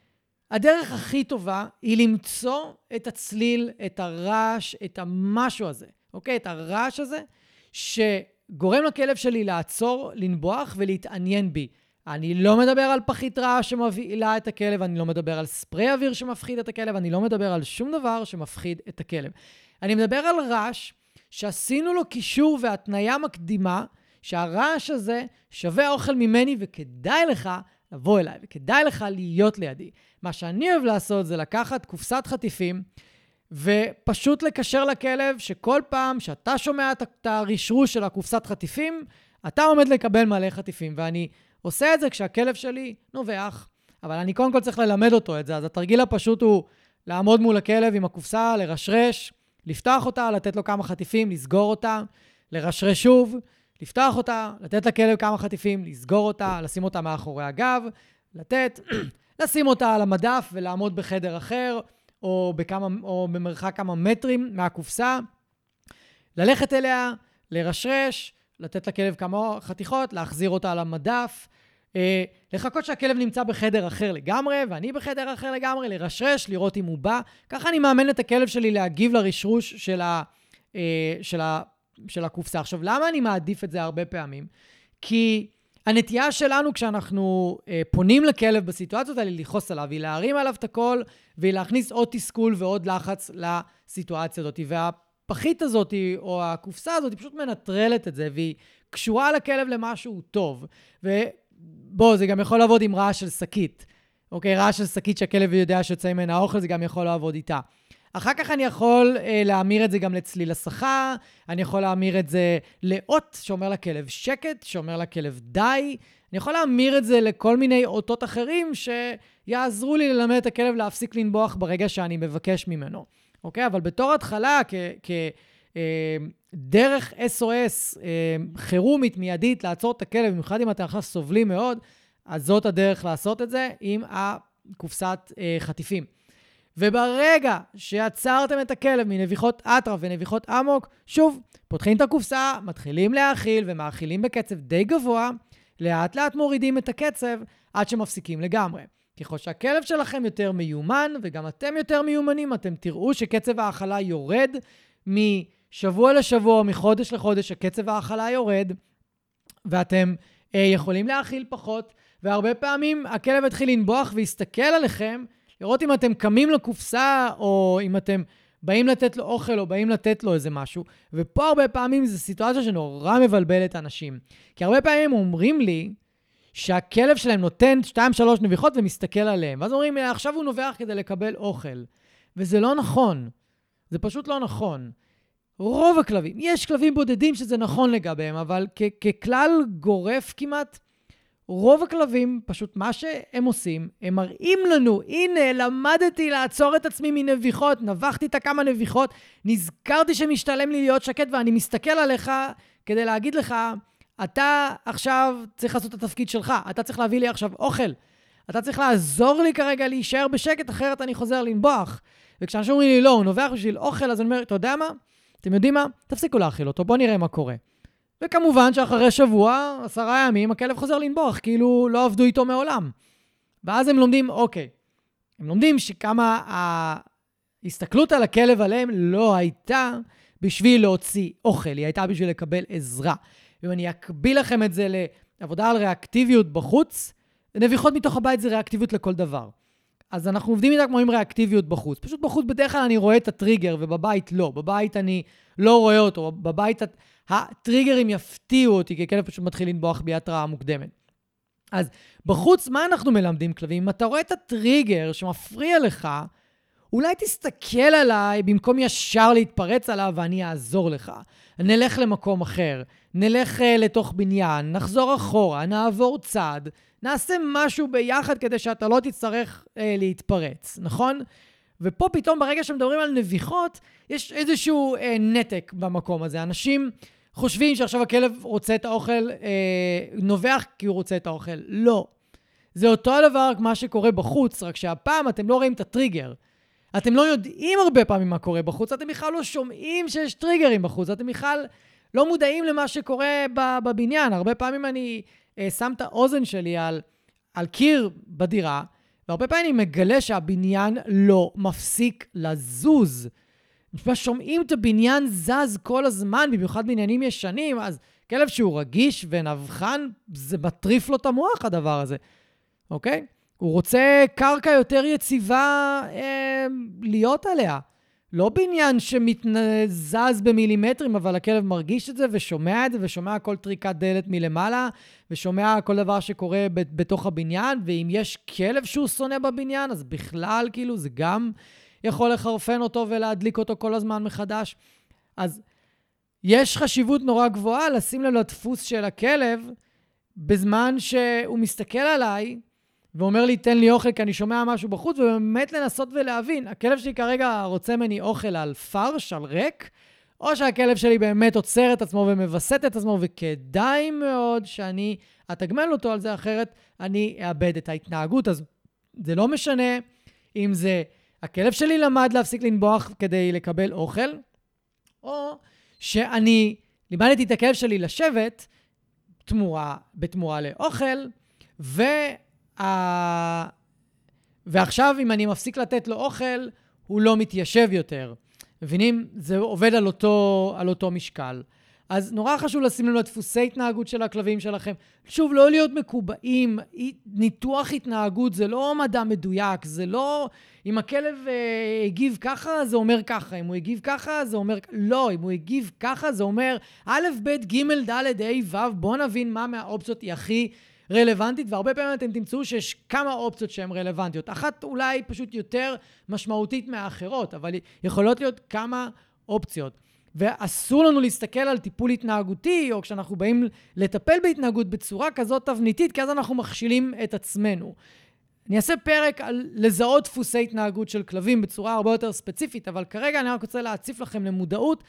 הדרך הכי טובה היא למצוא את הצליל, את הרעש, את המשהו הזה, אוקיי? את הרעש הזה שגורם לכלב שלי לעצור, לנבוח ולהתעניין בי. אני לא מדבר על פחית רעש שמבהילה את הכלב, אני לא מדבר על ספרי אוויר שמפחיד את הכלב, אני לא מדבר על שום דבר שמפחיד את הכלב. אני מדבר על רעש שעשינו לו קישור והתניה מקדימה, שהרעש הזה שווה אוכל ממני וכדאי לך לבוא אליי, וכדאי לך להיות לידי. מה שאני אוהב לעשות זה לקחת קופסת חטיפים, ופשוט לקשר לכלב שכל פעם שאתה שומע את הרשרוש של הקופסת חטיפים, אתה עומד לקבל מלא חטיפים, ואני עושה את זה כשהכלב שלי נובח, אבל אני קודם כל צריך ללמד אותו את זה, אז התרגיל הפשוט הוא לעמוד מול הכלב עם הקופסה, לרשרש, לפתח אותה, לתת לו כמה חטיפים, לסגור אותה, לרשרש שוב, לפתח אותה, לתת לכלב כמה חטיפים, לסגור אותה, לשים אותה מאחורי הגב, לתת, לשים אותה על המדף ולעמוד בחדר אחר, או, בכמה, או במרחק כמה מטרים מהקופסה, ללכת אליה, לרשרש, לתת לכלב כמה חתיכות, להחזיר אותה על המדף, אה, לחכות שהכלב נמצא בחדר אחר לגמרי, ואני בחדר אחר לגמרי, לרשרש, לראות אם הוא בא. ככה אני מאמן את הכלב שלי להגיב לרשרוש של, ה, אה, של, ה, של הקופסה. עכשיו, למה אני מעדיף את זה הרבה פעמים? כי הנטייה שלנו כשאנחנו אה, פונים לכלב בסיטואציות האלה, לכעוס עליו, היא להרים עליו את הכל, והיא להכניס עוד תסכול ועוד לחץ לסיטואציה הזאת. והפחית הזאת, או הקופסה הזאת, היא פשוט מנטרלת את זה, והיא קשורה לכלב למשהו טוב. ובוא, זה גם יכול לעבוד עם רעש של שקית. אוקיי, רעש של שקית שהכלב יודע שיוצא ממנה האוכל, זה גם יכול לעבוד איתה. אחר כך אני יכול אה, להמיר את זה גם לצליל הסחה, אני יכול להמיר את זה לאות שאומר לכלב שקט, שאומר לכלב די, אני יכול להמיר את זה לכל מיני אותות אחרים שיעזרו לי ללמד את הכלב להפסיק לנבוח ברגע שאני מבקש ממנו. אוקיי? אבל בתור התחלה, כדרך אס או אס חירומית מיידית לעצור את הכלב, במיוחד אם אתם עכשיו סובלים מאוד, אז זאת הדרך לעשות את זה עם הקופסת חטיפים. וברגע שעצרתם את הכלב מנביחות אטרף ונביחות אמוק, שוב, פותחים את הקופסה, מתחילים להאכיל ומאכילים בקצב די גבוה, לאט לאט מורידים את הקצב עד שמפסיקים לגמרי. ככל שהכלב שלכם יותר מיומן וגם אתם יותר מיומנים, אתם תראו שקצב האכלה יורד משבוע לשבוע, מחודש לחודש, הקצב האכלה יורד, ואתם אה, יכולים להאכיל פחות, והרבה פעמים הכלב התחיל לנבוח ויסתכל עליכם, לראות אם אתם קמים לקופסה, או אם אתם באים לתת לו אוכל, או באים לתת לו איזה משהו. ופה הרבה פעמים זו סיטואציה שנורא מבלבלת אנשים. כי הרבה פעמים אומרים לי, שהכלב שלהם נותן שתיים שלוש נביחות ומסתכל עליהם. ואז אומרים, עכשיו הוא נובח כדי לקבל אוכל. וזה לא נכון. זה פשוט לא נכון. רוב הכלבים, יש כלבים בודדים שזה נכון לגביהם, אבל כ- ככלל גורף כמעט, רוב הכלבים, פשוט מה שהם עושים, הם מראים לנו, הנה, למדתי לעצור את עצמי מנביחות, נבחתי את כמה נביחות, נזכרתי שמשתלם לי להיות שקט, ואני מסתכל עליך כדי להגיד לך, אתה עכשיו צריך לעשות את התפקיד שלך, אתה צריך להביא לי עכשיו אוכל, אתה צריך לעזור לי כרגע להישאר בשקט, אחרת אני חוזר לנבוח. וכשאנשים אומרים לי, לא, הוא נובח בשביל אוכל, אז אני אומר, אתה יודע מה? אתם יודעים מה? תפסיקו להאכיל אותו, בואו נראה מה קורה. וכמובן שאחרי שבוע, עשרה ימים, הכלב חוזר לנבוח, כאילו לא עבדו איתו מעולם. ואז הם לומדים, אוקיי, הם לומדים שכמה ההסתכלות על הכלב עליהם לא הייתה בשביל להוציא אוכל, היא הייתה בשביל לקבל עזרה. ואם אני אקביל לכם את זה לעבודה על ריאקטיביות בחוץ, נביחות מתוך הבית זה ריאקטיביות לכל דבר. אז אנחנו עובדים איתה כמו עם ריאקטיביות בחוץ. פשוט בחוץ בדרך כלל אני רואה את הטריגר, ובבית לא. בבית אני לא רואה אותו. בבית הטריגרים יפתיעו אותי, כי הכלב פשוט מתחיל לנבוח בהתראה מוקדמת. אז בחוץ, מה אנחנו מלמדים כלבים? אם אתה רואה את הטריגר שמפריע לך, אולי תסתכל עליי במקום ישר להתפרץ עליו ואני אעזור לך. נלך למקום אחר, נלך uh, לתוך בניין, נחזור אחורה, נעבור צעד, נעשה משהו ביחד כדי שאתה לא תצטרך uh, להתפרץ, נכון? ופה פתאום ברגע שמדברים על נביחות, יש איזשהו uh, נתק במקום הזה. אנשים חושבים שעכשיו הכלב רוצה את האוכל, uh, נובח כי הוא רוצה את האוכל. לא. זה אותו הדבר מה שקורה בחוץ, רק שהפעם אתם לא רואים את הטריגר. אתם לא יודעים הרבה פעמים מה קורה בחוץ, אתם בכלל לא שומעים שיש טריגרים בחוץ, אתם בכלל לא מודעים למה שקורה בבניין. הרבה פעמים אני אה, שם את האוזן שלי על, על קיר בדירה, והרבה פעמים אני מגלה שהבניין לא מפסיק לזוז. שומעים את הבניין זז כל הזמן, במיוחד בניינים ישנים, אז כלב שהוא רגיש ונבחן, זה מטריף לו את המוח הדבר הזה, אוקיי? הוא רוצה קרקע יותר יציבה אה, להיות עליה. לא בניין שמתזז במילימטרים, אבל הכלב מרגיש את זה ושומע את זה, ושומע כל טריקת דלת מלמעלה, ושומע כל דבר שקורה ב- בתוך הבניין, ואם יש כלב שהוא שונא בבניין, אז בכלל כאילו זה גם יכול לחרפן אותו ולהדליק אותו כל הזמן מחדש. אז יש חשיבות נורא גבוהה לשים לב לדפוס של הכלב, בזמן שהוא מסתכל עליי, ואומר לי, תן לי אוכל כי אני שומע משהו בחוץ, ובאמת לנסות ולהבין, הכלב שלי כרגע רוצה מני אוכל על פרש, על ריק, או שהכלב שלי באמת עוצר את עצמו ומבסט את עצמו, וכדאי מאוד שאני אתגמל אותו על זה, אחרת אני אאבד את ההתנהגות. אז זה לא משנה אם זה הכלב שלי למד להפסיק לנבוח כדי לקבל אוכל, או שאני לימדתי את הכלב שלי לשבת תמורה, בתמורה לאוכל, ו... Uh, ועכשיו אם אני מפסיק לתת לו אוכל, הוא לא מתיישב יותר. מבינים? זה עובד על אותו, על אותו משקל. אז נורא חשוב לשים לנו לדפוסי התנהגות של הכלבים שלכם. שוב, לא להיות מקובעים. ניתוח התנהגות זה לא מדע מדויק. זה לא, אם הכלב uh, הגיב ככה, זה אומר ככה. אם הוא הגיב ככה, זה אומר... לא, אם הוא הגיב ככה, זה אומר א', ב', ג', ד', ה', ו', בוא נבין מה מהאופציות היא הכי... רלוונטית, והרבה פעמים אתם תמצאו שיש כמה אופציות שהן רלוונטיות. אחת אולי פשוט יותר משמעותית מהאחרות, אבל יכולות להיות כמה אופציות. ואסור לנו להסתכל על טיפול התנהגותי, או כשאנחנו באים לטפל בהתנהגות בצורה כזאת תבניתית, כי אז אנחנו מכשילים את עצמנו. אני אעשה פרק על לזהות דפוסי התנהגות של כלבים בצורה הרבה יותר ספציפית, אבל כרגע אני רק רוצה להציף לכם למודעות,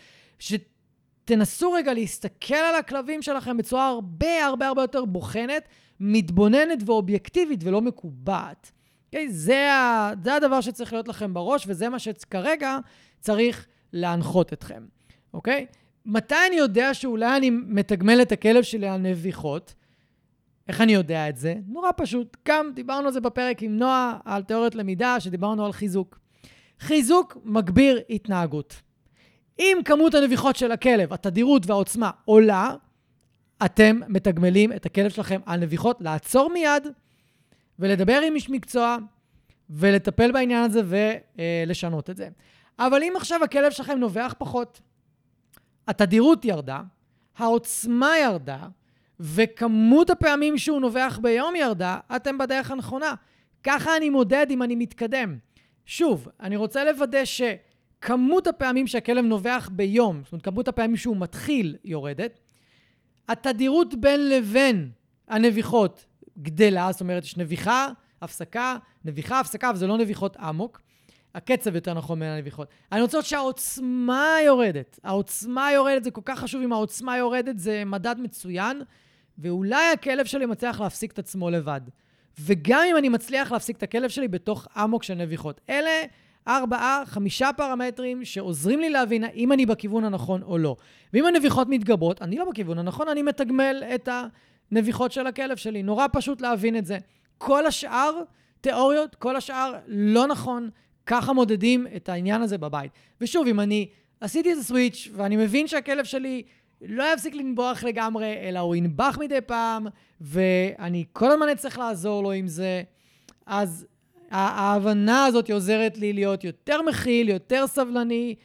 שתנסו רגע להסתכל על הכלבים שלכם בצורה הרבה הרבה הרבה יותר בוחנת, מתבוננת ואובייקטיבית ולא מקובעת. Okay? זה, ה... זה הדבר שצריך להיות לכם בראש, וזה מה שכרגע צריך להנחות אתכם. אוקיי? מתי אני יודע שאולי אני מתגמל את הכלב שלי על נביחות? איך אני יודע את זה? נורא פשוט. גם דיברנו על זה בפרק עם נועה, על תיאוריות למידה, שדיברנו על חיזוק. חיזוק מגביר התנהגות. אם כמות הנביחות של הכלב, התדירות והעוצמה עולה, אתם מתגמלים את הכלב שלכם על נביחות, לעצור מיד ולדבר עם איש מקצוע ולטפל בעניין הזה ולשנות את זה. אבל אם עכשיו הכלב שלכם נובח פחות, התדירות ירדה, העוצמה ירדה, וכמות הפעמים שהוא נובח ביום ירדה, אתם בדרך הנכונה. ככה אני מודד אם אני מתקדם. שוב, אני רוצה לוודא שכמות הפעמים שהכלב נובח ביום, זאת אומרת, כמות הפעמים שהוא מתחיל יורדת, התדירות בין לבין הנביחות גדלה, זאת אומרת, יש נביחה, הפסקה, נביחה, הפסקה, וזה לא נביחות עמוק. הקצב יותר נכון בין הנביחות. אני רוצה שהעוצמה יורדת. העוצמה יורדת, זה כל כך חשוב אם העוצמה יורדת, זה מדד מצוין, ואולי הכלב שלי מצליח להפסיק את עצמו לבד. וגם אם אני מצליח להפסיק את הכלב שלי בתוך עמוק של נביחות. אלה ארבעה, חמישה פרמטרים שעוזרים לי להבין האם אני בכיוון הנכון או לא. ואם הנביחות מתגברות, אני לא בכיוון הנכון, אני מתגמל את הנביחות של הכלב שלי. נורא פשוט להבין את זה. כל השאר תיאוריות, כל השאר לא נכון, ככה מודדים את העניין הזה בבית. ושוב, אם אני עשיתי את הסוויץ' ואני מבין שהכלב שלי לא יפסיק לנבוח לגמרי, אלא הוא ינבח מדי פעם, ואני כל הזמן אצטרך לעזור לו עם זה, אז ההבנה הזאת עוזרת לי להיות יותר מכיל, יותר סבלני,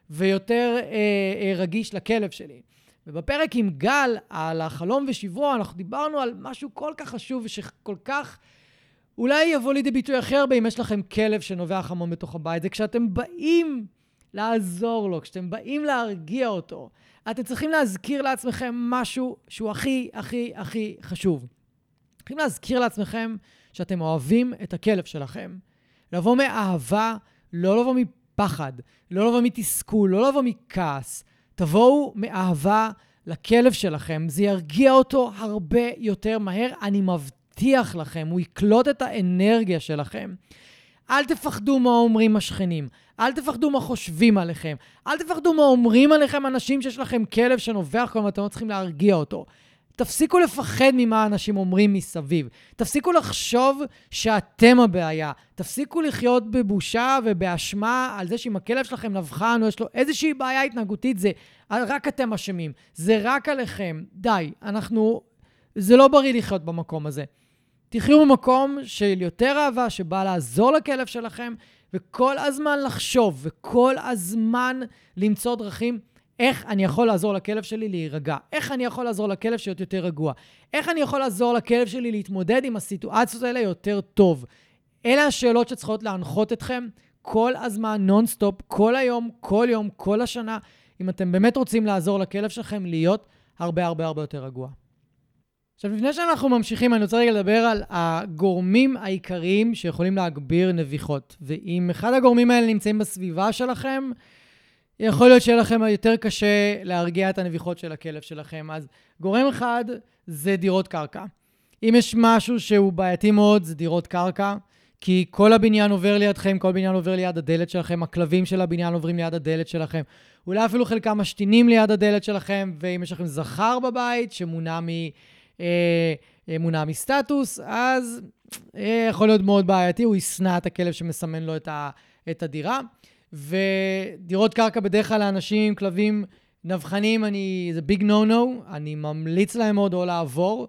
ויותר אה, אה, רגיש לכלב שלי. ובפרק עם גל על החלום ושברו, אנחנו דיברנו על משהו כל כך חשוב, ושכל כך אולי יבוא לידי ביטוי הכי הרבה אם יש לכם כלב שנובח המון בתוך הבית. זה כשאתם באים לעזור לו, כשאתם באים להרגיע אותו, אתם צריכים להזכיר לעצמכם משהו שהוא הכי, הכי, הכי חשוב. צריכים להזכיר לעצמכם שאתם אוהבים את הכלב שלכם. לבוא מאהבה, לא לבוא מפחד, לא לבוא מתסכול, לא לבוא מכעס. תבואו מאהבה לכלב שלכם. זה ירגיע אותו הרבה יותר מהר. אני מבטיח לכם, הוא יקלוט את האנרגיה שלכם. אל תפחדו מה אומרים השכנים. אל תפחדו מה חושבים עליכם. אל תפחדו מה אומרים עליכם אנשים שיש לכם כלב שנובח כל מה אתם לא צריכים להרגיע אותו. תפסיקו לפחד ממה אנשים אומרים מסביב. תפסיקו לחשוב שאתם הבעיה. תפסיקו לחיות בבושה ובאשמה על זה שאם הכלב שלכם נבחן או יש לו איזושהי בעיה התנהגותית, זה רק אתם אשמים. זה רק עליכם. די, אנחנו... זה לא בריא לחיות במקום הזה. תחיו במקום של יותר אהבה שבא לעזור לכלב שלכם, וכל הזמן לחשוב, וכל הזמן למצוא דרכים איך אני יכול לעזור לכלב שלי להירגע, איך אני יכול לעזור לכלב להיות יותר רגוע, איך אני יכול לעזור לכלב שלי להתמודד עם הסיטואציות האלה יותר טוב. אלה השאלות שצריכות להנחות אתכם כל הזמן, נונסטופ, כל היום, כל יום, כל השנה, אם אתם באמת רוצים לעזור לכלב שלכם להיות הרבה הרבה הרבה יותר רגוע. עכשיו, לפני שאנחנו ממשיכים, אני רוצה רגע לדבר על הגורמים העיקריים שיכולים להגביר נביחות. ואם אחד הגורמים האלה נמצאים בסביבה שלכם, יכול להיות שיהיה לכם יותר קשה להרגיע את הנביחות של הכלב שלכם. אז גורם אחד זה דירות קרקע. אם יש משהו שהוא בעייתי מאוד, זה דירות קרקע, כי כל הבניין עובר לידכם, כל בניין עובר ליד הדלת שלכם, הכלבים של הבניין עוברים ליד הדלת שלכם, אולי אפילו חלקם משתינים ליד הדלת שלכם, ואם יש לכם זכר בבית שמונע מ... מונע מסטטוס, אז יכול להיות מאוד בעייתי, הוא יסנע את הכלב שמסמן לו את, ה, את הדירה. ודירות קרקע בדרך כלל לאנשים, כלבים נבחנים, אני, זה ביג נו נו, אני ממליץ להם מאוד או לעבור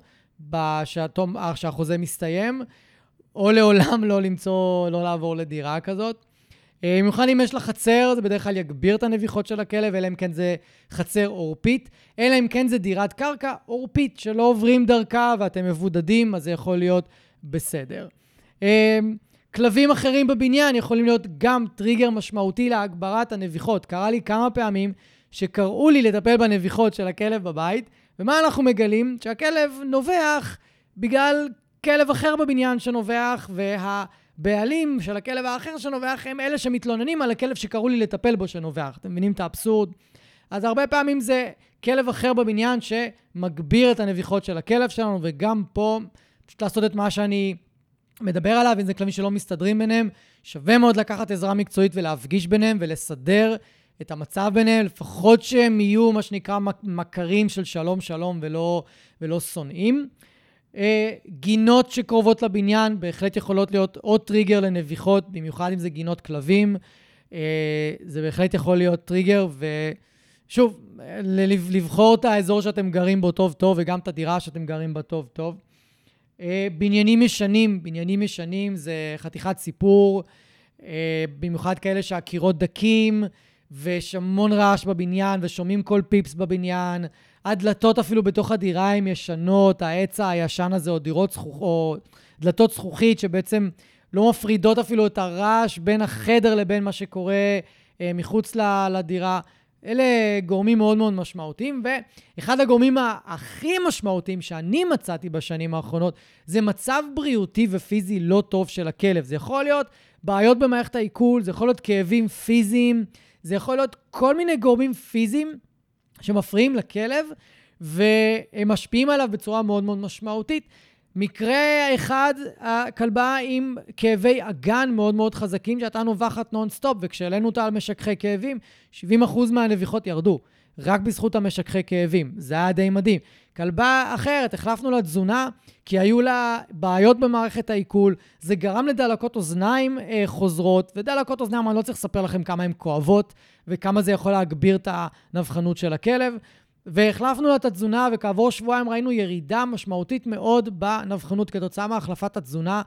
כשהחוזה מסתיים, או לעולם לא למצוא, לא לעבור לדירה כזאת. במיוחד אם יש לה חצר, זה בדרך כלל יגביר את הנביחות של הכלב, אלא אם כן זה חצר אורפית, אלא אם כן זה דירת קרקע אורפית, שלא עוברים דרכה ואתם מבודדים, אז זה יכול להיות בסדר. כלבים אחרים בבניין יכולים להיות גם טריגר משמעותי להגברת הנביחות. קרה לי כמה פעמים שקראו לי לטפל בנביחות של הכלב בבית, ומה אנחנו מגלים? שהכלב נובח בגלל כלב אחר בבניין שנובח, והבעלים של הכלב האחר שנובח הם אלה שמתלוננים על הכלב שקראו לי לטפל בו שנובח. אתם מבינים את האבסורד? אז הרבה פעמים זה כלב אחר בבניין שמגביר את הנביחות של הכלב שלנו, וגם פה פשוט לעשות את מה שאני מדבר עליו, אם זה כלבים שלא מסתדרים ביניהם, שווה מאוד לקחת עזרה מקצועית ולהפגיש ביניהם ולסדר את המצב ביניהם, לפחות שהם יהיו מה שנקרא מכרים של שלום שלום ולא, ולא שונאים. גינות שקרובות לבניין בהחלט יכולות להיות עוד טריגר לנביחות, במיוחד אם זה גינות כלבים. זה בהחלט יכול להיות טריגר, ושוב, לבחור את האזור שאתם גרים בו טוב טוב, וגם את הדירה שאתם גרים בה טוב טוב. בניינים ישנים, בניינים ישנים זה חתיכת סיפור, במיוחד כאלה שהקירות דקים, ויש המון רעש בבניין, ושומעים כל פיפס בבניין, הדלתות אפילו בתוך הדירה הן ישנות, העץ הישן הזה, או דירות זכוכית, או דלתות זכוכית, שבעצם לא מפרידות אפילו את הרעש בין החדר לבין מה שקורה מחוץ לדירה. אלה גורמים מאוד מאוד משמעותיים, ואחד הגורמים הכי משמעותיים שאני מצאתי בשנים האחרונות, זה מצב בריאותי ופיזי לא טוב של הכלב. זה יכול להיות בעיות במערכת העיכול, זה יכול להיות כאבים פיזיים, זה יכול להיות כל מיני גורמים פיזיים שמפריעים לכלב, והם משפיעים עליו בצורה מאוד מאוד משמעותית. מקרה אחד, הכלבה עם כאבי אגן מאוד מאוד חזקים, שהייתה נובחת נונסטופ, וכשהעלינו אותה על משככי כאבים, שבעים אחוז מהנביחות ירדו, רק בזכות המשככי כאבים. זה היה די מדהים. כלבה אחרת, החלפנו לה תזונה, כי היו לה בעיות במערכת העיכול, זה גרם לדלקות אוזניים אה, חוזרות, ודלקות אוזניים, אני לא צריך לספר לכם כמה הן כואבות, וכמה זה יכול להגביר את הנבחנות של הכלב, והחלפנו לה את התזונה, וכעבור שבועיים ראינו ירידה משמעותית מאוד בנבחנות כתוצאה מהחלפת התזונה,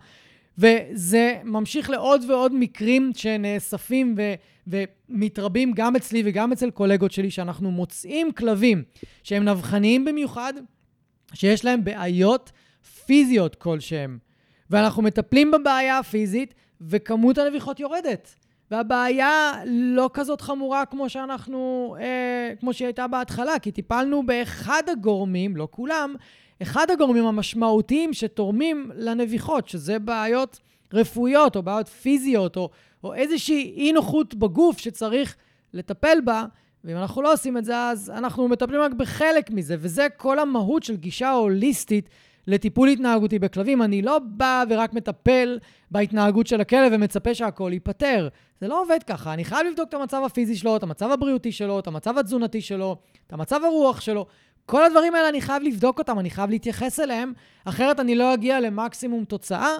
וזה ממשיך לעוד ועוד מקרים שנאספים ו- ומתרבים גם אצלי וגם אצל קולגות שלי, שאנחנו מוצאים כלבים שהם נבחניים במיוחד, שיש להם בעיות פיזיות כלשהם, ואנחנו מטפלים בבעיה הפיזית, וכמות הנביחות יורדת. והבעיה לא כזאת חמורה כמו שאנחנו, אה, כמו שהיא הייתה בהתחלה, כי טיפלנו באחד הגורמים, לא כולם, אחד הגורמים המשמעותיים שתורמים לנביחות, שזה בעיות רפואיות או בעיות פיזיות, או, או איזושהי אי נוחות בגוף שצריך לטפל בה, ואם אנחנו לא עושים את זה, אז אנחנו מטפלים רק בחלק מזה, וזה כל המהות של גישה הוליסטית לטיפול התנהגותי בכלבים. אני לא בא ורק מטפל בהתנהגות של הכלב ומצפה שהכל ייפטר. זה לא עובד ככה. אני חייב לבדוק את המצב הפיזי שלו, את המצב הבריאותי שלו, את המצב התזונתי שלו, את המצב הרוח שלו. כל הדברים האלה אני חייב לבדוק אותם, אני חייב להתייחס אליהם, אחרת אני לא אגיע למקסימום תוצאה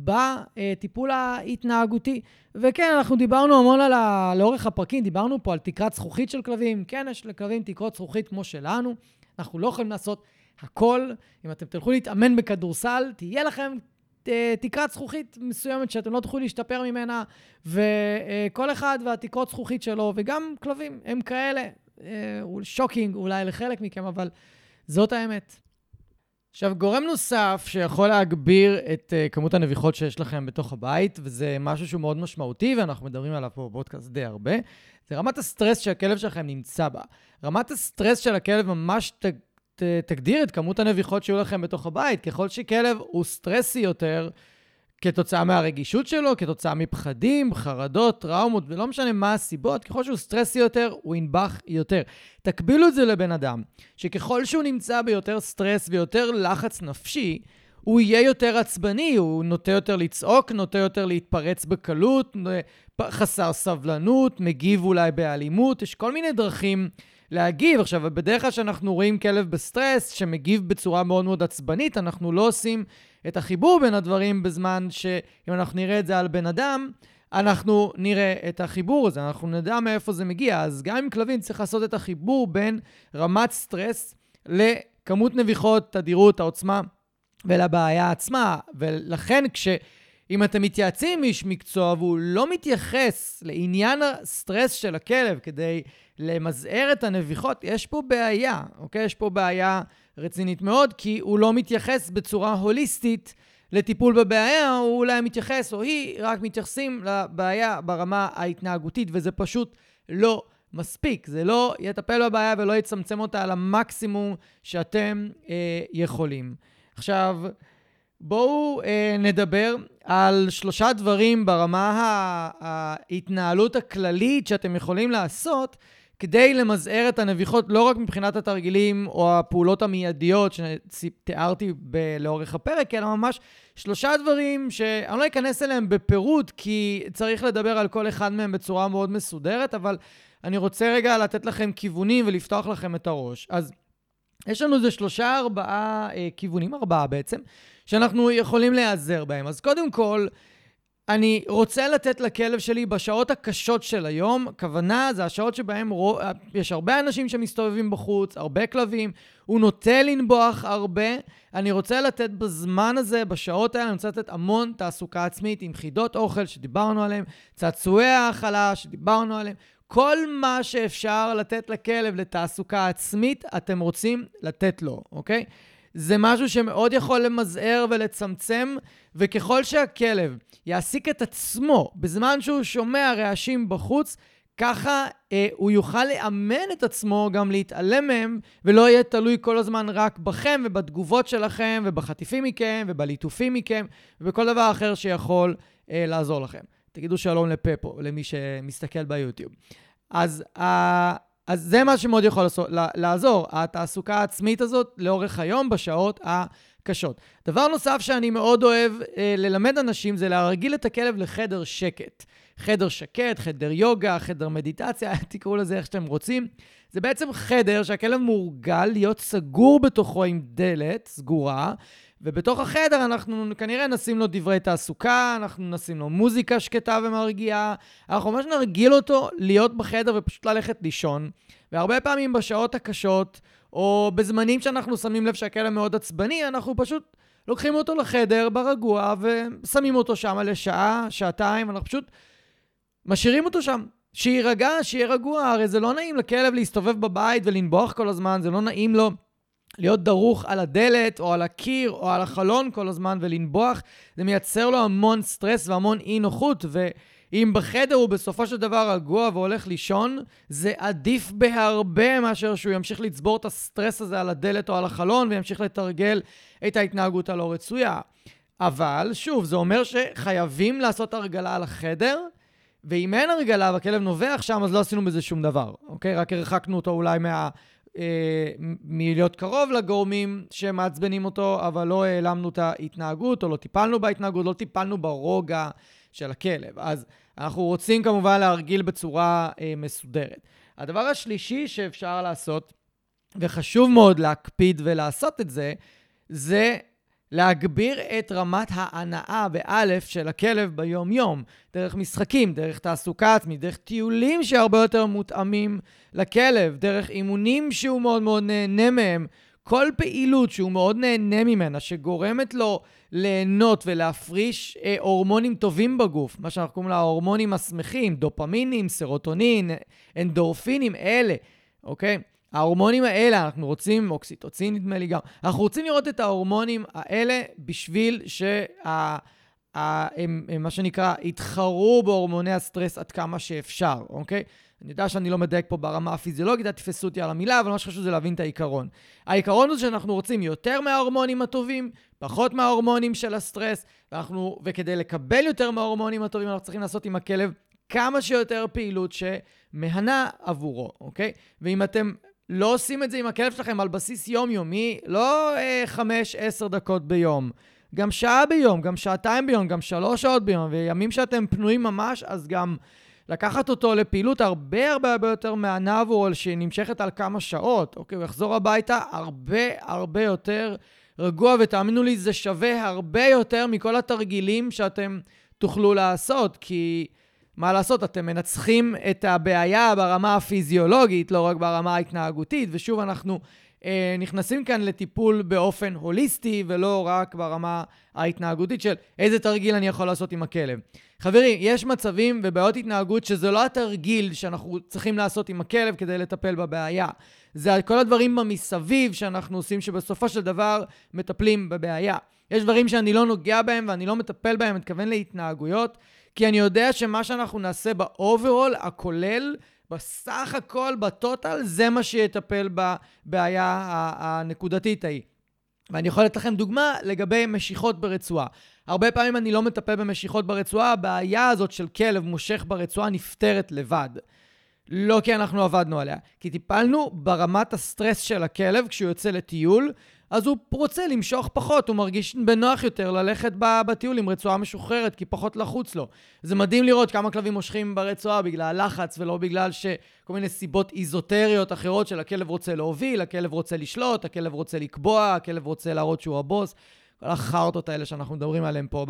בטיפול ההתנהגותי. וכן, אנחנו דיברנו המון על ה... לאורך הפרקים, דיברנו פה על תקרת זכוכית של כלבים. כן, יש לכלבים תקרות זכוכית כמו שלנו. אנחנו לא יכולים לעשות הכל. אם אתם תלכו להתאמן בכדורסל, תהיה לכם תקרת זכוכית מסוימת שאתם לא תוכלו להשתפר ממנה, וכל אחד והתקרות זכוכית שלו, וגם כלבים הם כאלה. שוקינג אולי לחלק מכם, אבל זאת האמת. עכשיו, גורם נוסף שיכול להגביר את uh, כמות הנביחות שיש לכם בתוך הבית, וזה משהו שהוא מאוד משמעותי, ואנחנו מדברים עליו פה בפודקאסט די הרבה, זה רמת הסטרס שהכלב שלכם נמצא בה. רמת הסטרס של הכלב ממש ת, ת, תגדיר את כמות הנביחות שיהיו לכם בתוך הבית. ככל שכלב הוא סטרסי יותר, כתוצאה מהרגישות שלו, כתוצאה מפחדים, חרדות, טראומות, ולא משנה מה הסיבות, ככל שהוא סטרסי יותר, הוא ינבח יותר. תקבילו את זה לבן אדם, שככל שהוא נמצא ביותר סטרס ויותר לחץ נפשי, הוא יהיה יותר עצבני, הוא נוטה יותר לצעוק, נוטה יותר להתפרץ בקלות, חסר סבלנות, מגיב אולי באלימות, יש כל מיני דרכים להגיב. עכשיו, בדרך כלל שאנחנו רואים כלב בסטרס, שמגיב בצורה מאוד מאוד עצבנית, אנחנו לא עושים את החיבור בין הדברים בזמן שאם אנחנו נראה את זה על בן אדם, אנחנו נראה את החיבור הזה, אנחנו נדע מאיפה זה מגיע. אז גם עם כלבים צריך לעשות את החיבור בין רמת סטרס לכמות נביחות, תדירות, העוצמה ולבעיה עצמה. ולכן כשאם אתם מתייעצים עם איש מקצוע והוא לא מתייחס לעניין הסטרס של הכלב כדי למזער את הנביחות, יש פה בעיה, אוקיי? יש פה בעיה רצינית מאוד, כי הוא לא מתייחס בצורה הוליסטית לטיפול בבעיה, הוא אולי מתייחס, או היא רק מתייחסים לבעיה ברמה ההתנהגותית, וזה פשוט לא מספיק. זה לא יטפל בבעיה ולא יצמצם אותה על המקסימום שאתם אה, יכולים. עכשיו, בואו אה, נדבר על שלושה דברים ברמה ההתנהלות הכללית שאתם יכולים לעשות כדי למזער את הנביחות, לא רק מבחינת התרגילים או הפעולות המיידיות שתיארתי ב- לאורך הפרק, אלא ממש שלושה דברים שאני לא אכנס אליהם בפירוט, כי צריך לדבר על כל אחד מהם בצורה מאוד מסודרת, אבל אני רוצה רגע לתת לכם כיוונים ולפתוח לכם את הראש. אז יש לנו איזה שלושה, ארבעה אה, כיוונים, ארבעה בעצם, שאנחנו יכולים להיעזר בהם. אז קודם כל, אני רוצה לתת לכלב שלי בשעות הקשות של היום, כוונה זה השעות שבהם רוא, יש הרבה אנשים שמסתובבים בחוץ, הרבה כלבים, הוא נוטה לנבוח הרבה, אני רוצה לתת בזמן הזה, בשעות האלה, אני רוצה לתת המון תעסוקה עצמית עם חידות אוכל שדיברנו עליהם, צעצועי האכלה שדיברנו עליהם, כל מה שאפשר לתת לכלב לתעסוקה עצמית, אתם רוצים לתת לו, אוקיי? זה משהו שמאוד יכול למזער ולצמצם, וככל שהכלב יעסיק את עצמו בזמן שהוא שומע רעשים בחוץ, ככה אה, הוא יוכל לאמן את עצמו גם להתעלם מהם, ולא יהיה תלוי כל הזמן רק בכם ובתגובות שלכם, ובחטיפים מכם, ובליטופים מכם, ובכל דבר אחר שיכול אה, לעזור לכם. תגידו שלום לפפו, למי שמסתכל ביוטיוב. אז אה, אז זה מה שמאוד יכול לעזור, התעסוקה העצמית הזאת לאורך היום בשעות הקשות. דבר נוסף שאני מאוד אוהב אה, ללמד אנשים זה להרגיל את הכלב לחדר שקט. חדר שקט, חדר יוגה, חדר מדיטציה, תקראו לזה איך שאתם רוצים. זה בעצם חדר שהכלב מורגל להיות סגור בתוכו עם דלת סגורה, ובתוך החדר אנחנו כנראה נשים לו דברי תעסוקה, אנחנו נשים לו מוזיקה שקטה ומרגיעה, אנחנו ממש נרגיל אותו להיות בחדר ופשוט ללכת לישון, והרבה פעמים בשעות הקשות, או בזמנים שאנחנו שמים לב שהכלב מאוד עצבני, אנחנו פשוט לוקחים אותו לחדר ברגוע, ושמים אותו שם לשעה, שעתיים, אנחנו פשוט משאירים אותו שם. שירגע, שיהיה רגוע, הרי זה לא נעים לכלב להסתובב בבית ולנבוח כל הזמן, זה לא נעים לו להיות דרוך על הדלת או על הקיר או על החלון כל הזמן ולנבוח, זה מייצר לו המון סטרס והמון אי נוחות, ואם בחדר הוא בסופו של דבר רגוע והולך לישון, זה עדיף בהרבה מאשר שהוא ימשיך לצבור את הסטרס הזה על הדלת או על החלון, וימשיך לתרגל את ההתנהגות הלא רצויה. אבל שוב, זה אומר שחייבים לעשות הרגלה על החדר, ואם אין הרגלה והכלב נובח שם, אז לא עשינו בזה שום דבר, אוקיי? רק הרחקנו אותו אולי מה... מלהיות קרוב לגורמים שמעצבנים אותו, אבל לא העלמנו את ההתנהגות, או לא טיפלנו בהתנהגות, לא טיפלנו ברוגע של הכלב. אז אנחנו רוצים כמובן להרגיל בצורה אה, מסודרת. הדבר השלישי שאפשר לעשות, וחשוב מאוד להקפיד ולעשות את זה, זה להגביר את רמת ההנאה באלף של הכלב ביום יום, דרך משחקים, דרך תעסוקה עצמית, דרך טיולים שהרבה יותר מותאמים לכלב, דרך אימונים שהוא מאוד מאוד נהנה מהם, כל פעילות שהוא מאוד נהנה ממנה, שגורמת לו ליהנות ולהפריש אה, הורמונים טובים בגוף, מה שאנחנו קוראים לה ההורמונים השמחים, דופמינים, סרוטונין, אנדורפינים, אלה, אוקיי? ההורמונים האלה, אנחנו רוצים, אוקסיטוצין נדמה לי גם, אנחנו רוצים לראות את ההורמונים האלה בשביל שה... הם, הם, מה שנקרא, התחרו בהורמוני הסטרס עד כמה שאפשר, אוקיי? אני יודע שאני לא מדייק פה ברמה הפיזיולוגית, תתפסו אותי על המילה, אבל מה שחשוב זה להבין את העיקרון. העיקרון הוא שאנחנו רוצים יותר מההורמונים הטובים, פחות מההורמונים של הסטרס, ואנחנו, וכדי לקבל יותר מההורמונים הטובים, אנחנו צריכים לעשות עם הכלב כמה שיותר פעילות שמהנה עבורו, אוקיי? ואם אתם לא עושים את זה עם הכלב שלכם על בסיס יומיומי, לא אה, חמש, עשר דקות ביום, גם שעה ביום, גם שעתיים ביום, גם שלוש שעות ביום, וימים שאתם פנויים ממש, אז גם לקחת אותו לפעילות הרבה הרבה הרבה יותר מהנה עבורו, שנמשכת על כמה שעות, אוקיי? הוא יחזור הביתה הרבה הרבה יותר רגוע, ותאמינו לי, זה שווה הרבה יותר מכל התרגילים שאתם תוכלו לעשות, כי מה לעשות? אתם מנצחים את הבעיה ברמה הפיזיולוגית, לא רק ברמה ההתנהגותית, ושוב אנחנו אה, נכנסים כאן לטיפול באופן הוליסטי, ולא רק ברמה ההתנהגותית של איזה תרגיל אני יכול לעשות עם הכלב. חברים, יש מצבים ובעיות התנהגות שזה לא התרגיל שאנחנו צריכים לעשות עם הכלב כדי לטפל בבעיה. זה כל הדברים במסביב שאנחנו עושים שבסופו של דבר מטפלים בבעיה. יש דברים שאני לא נוגע בהם ואני לא מטפל בהם, מתכוון להתנהגויות, כי אני יודע שמה שאנחנו נעשה באוברול הכולל, בסך הכל, בטוטל, זה מה שיטפל בבעיה הנקודתית ההיא. ואני יכול לתת לכם דוגמה לגבי משיכות ברצועה. הרבה פעמים אני לא מטפל במשיכות ברצועה, הבעיה הזאת של כלב מושך ברצועה נפתרת לבד. לא כי אנחנו עבדנו עליה, כי טיפלנו ברמת הסטרס של הכלב כשהוא יוצא לטיול, אז הוא רוצה למשוך פחות, הוא מרגיש בנוח יותר ללכת בטיול עם רצועה משוחררת, כי פחות לחוץ לו. זה מדהים לראות כמה כלבים מושכים ברצועה בגלל לחץ, ולא בגלל שכל מיני סיבות איזוטריות אחרות של הכלב רוצה להוביל, הכלב רוצה לשלוט, הכלב רוצה לקבוע, הכלב רוצה להראות שהוא הבוס. כל החרטות האלה שאנחנו מדברים עליהם פה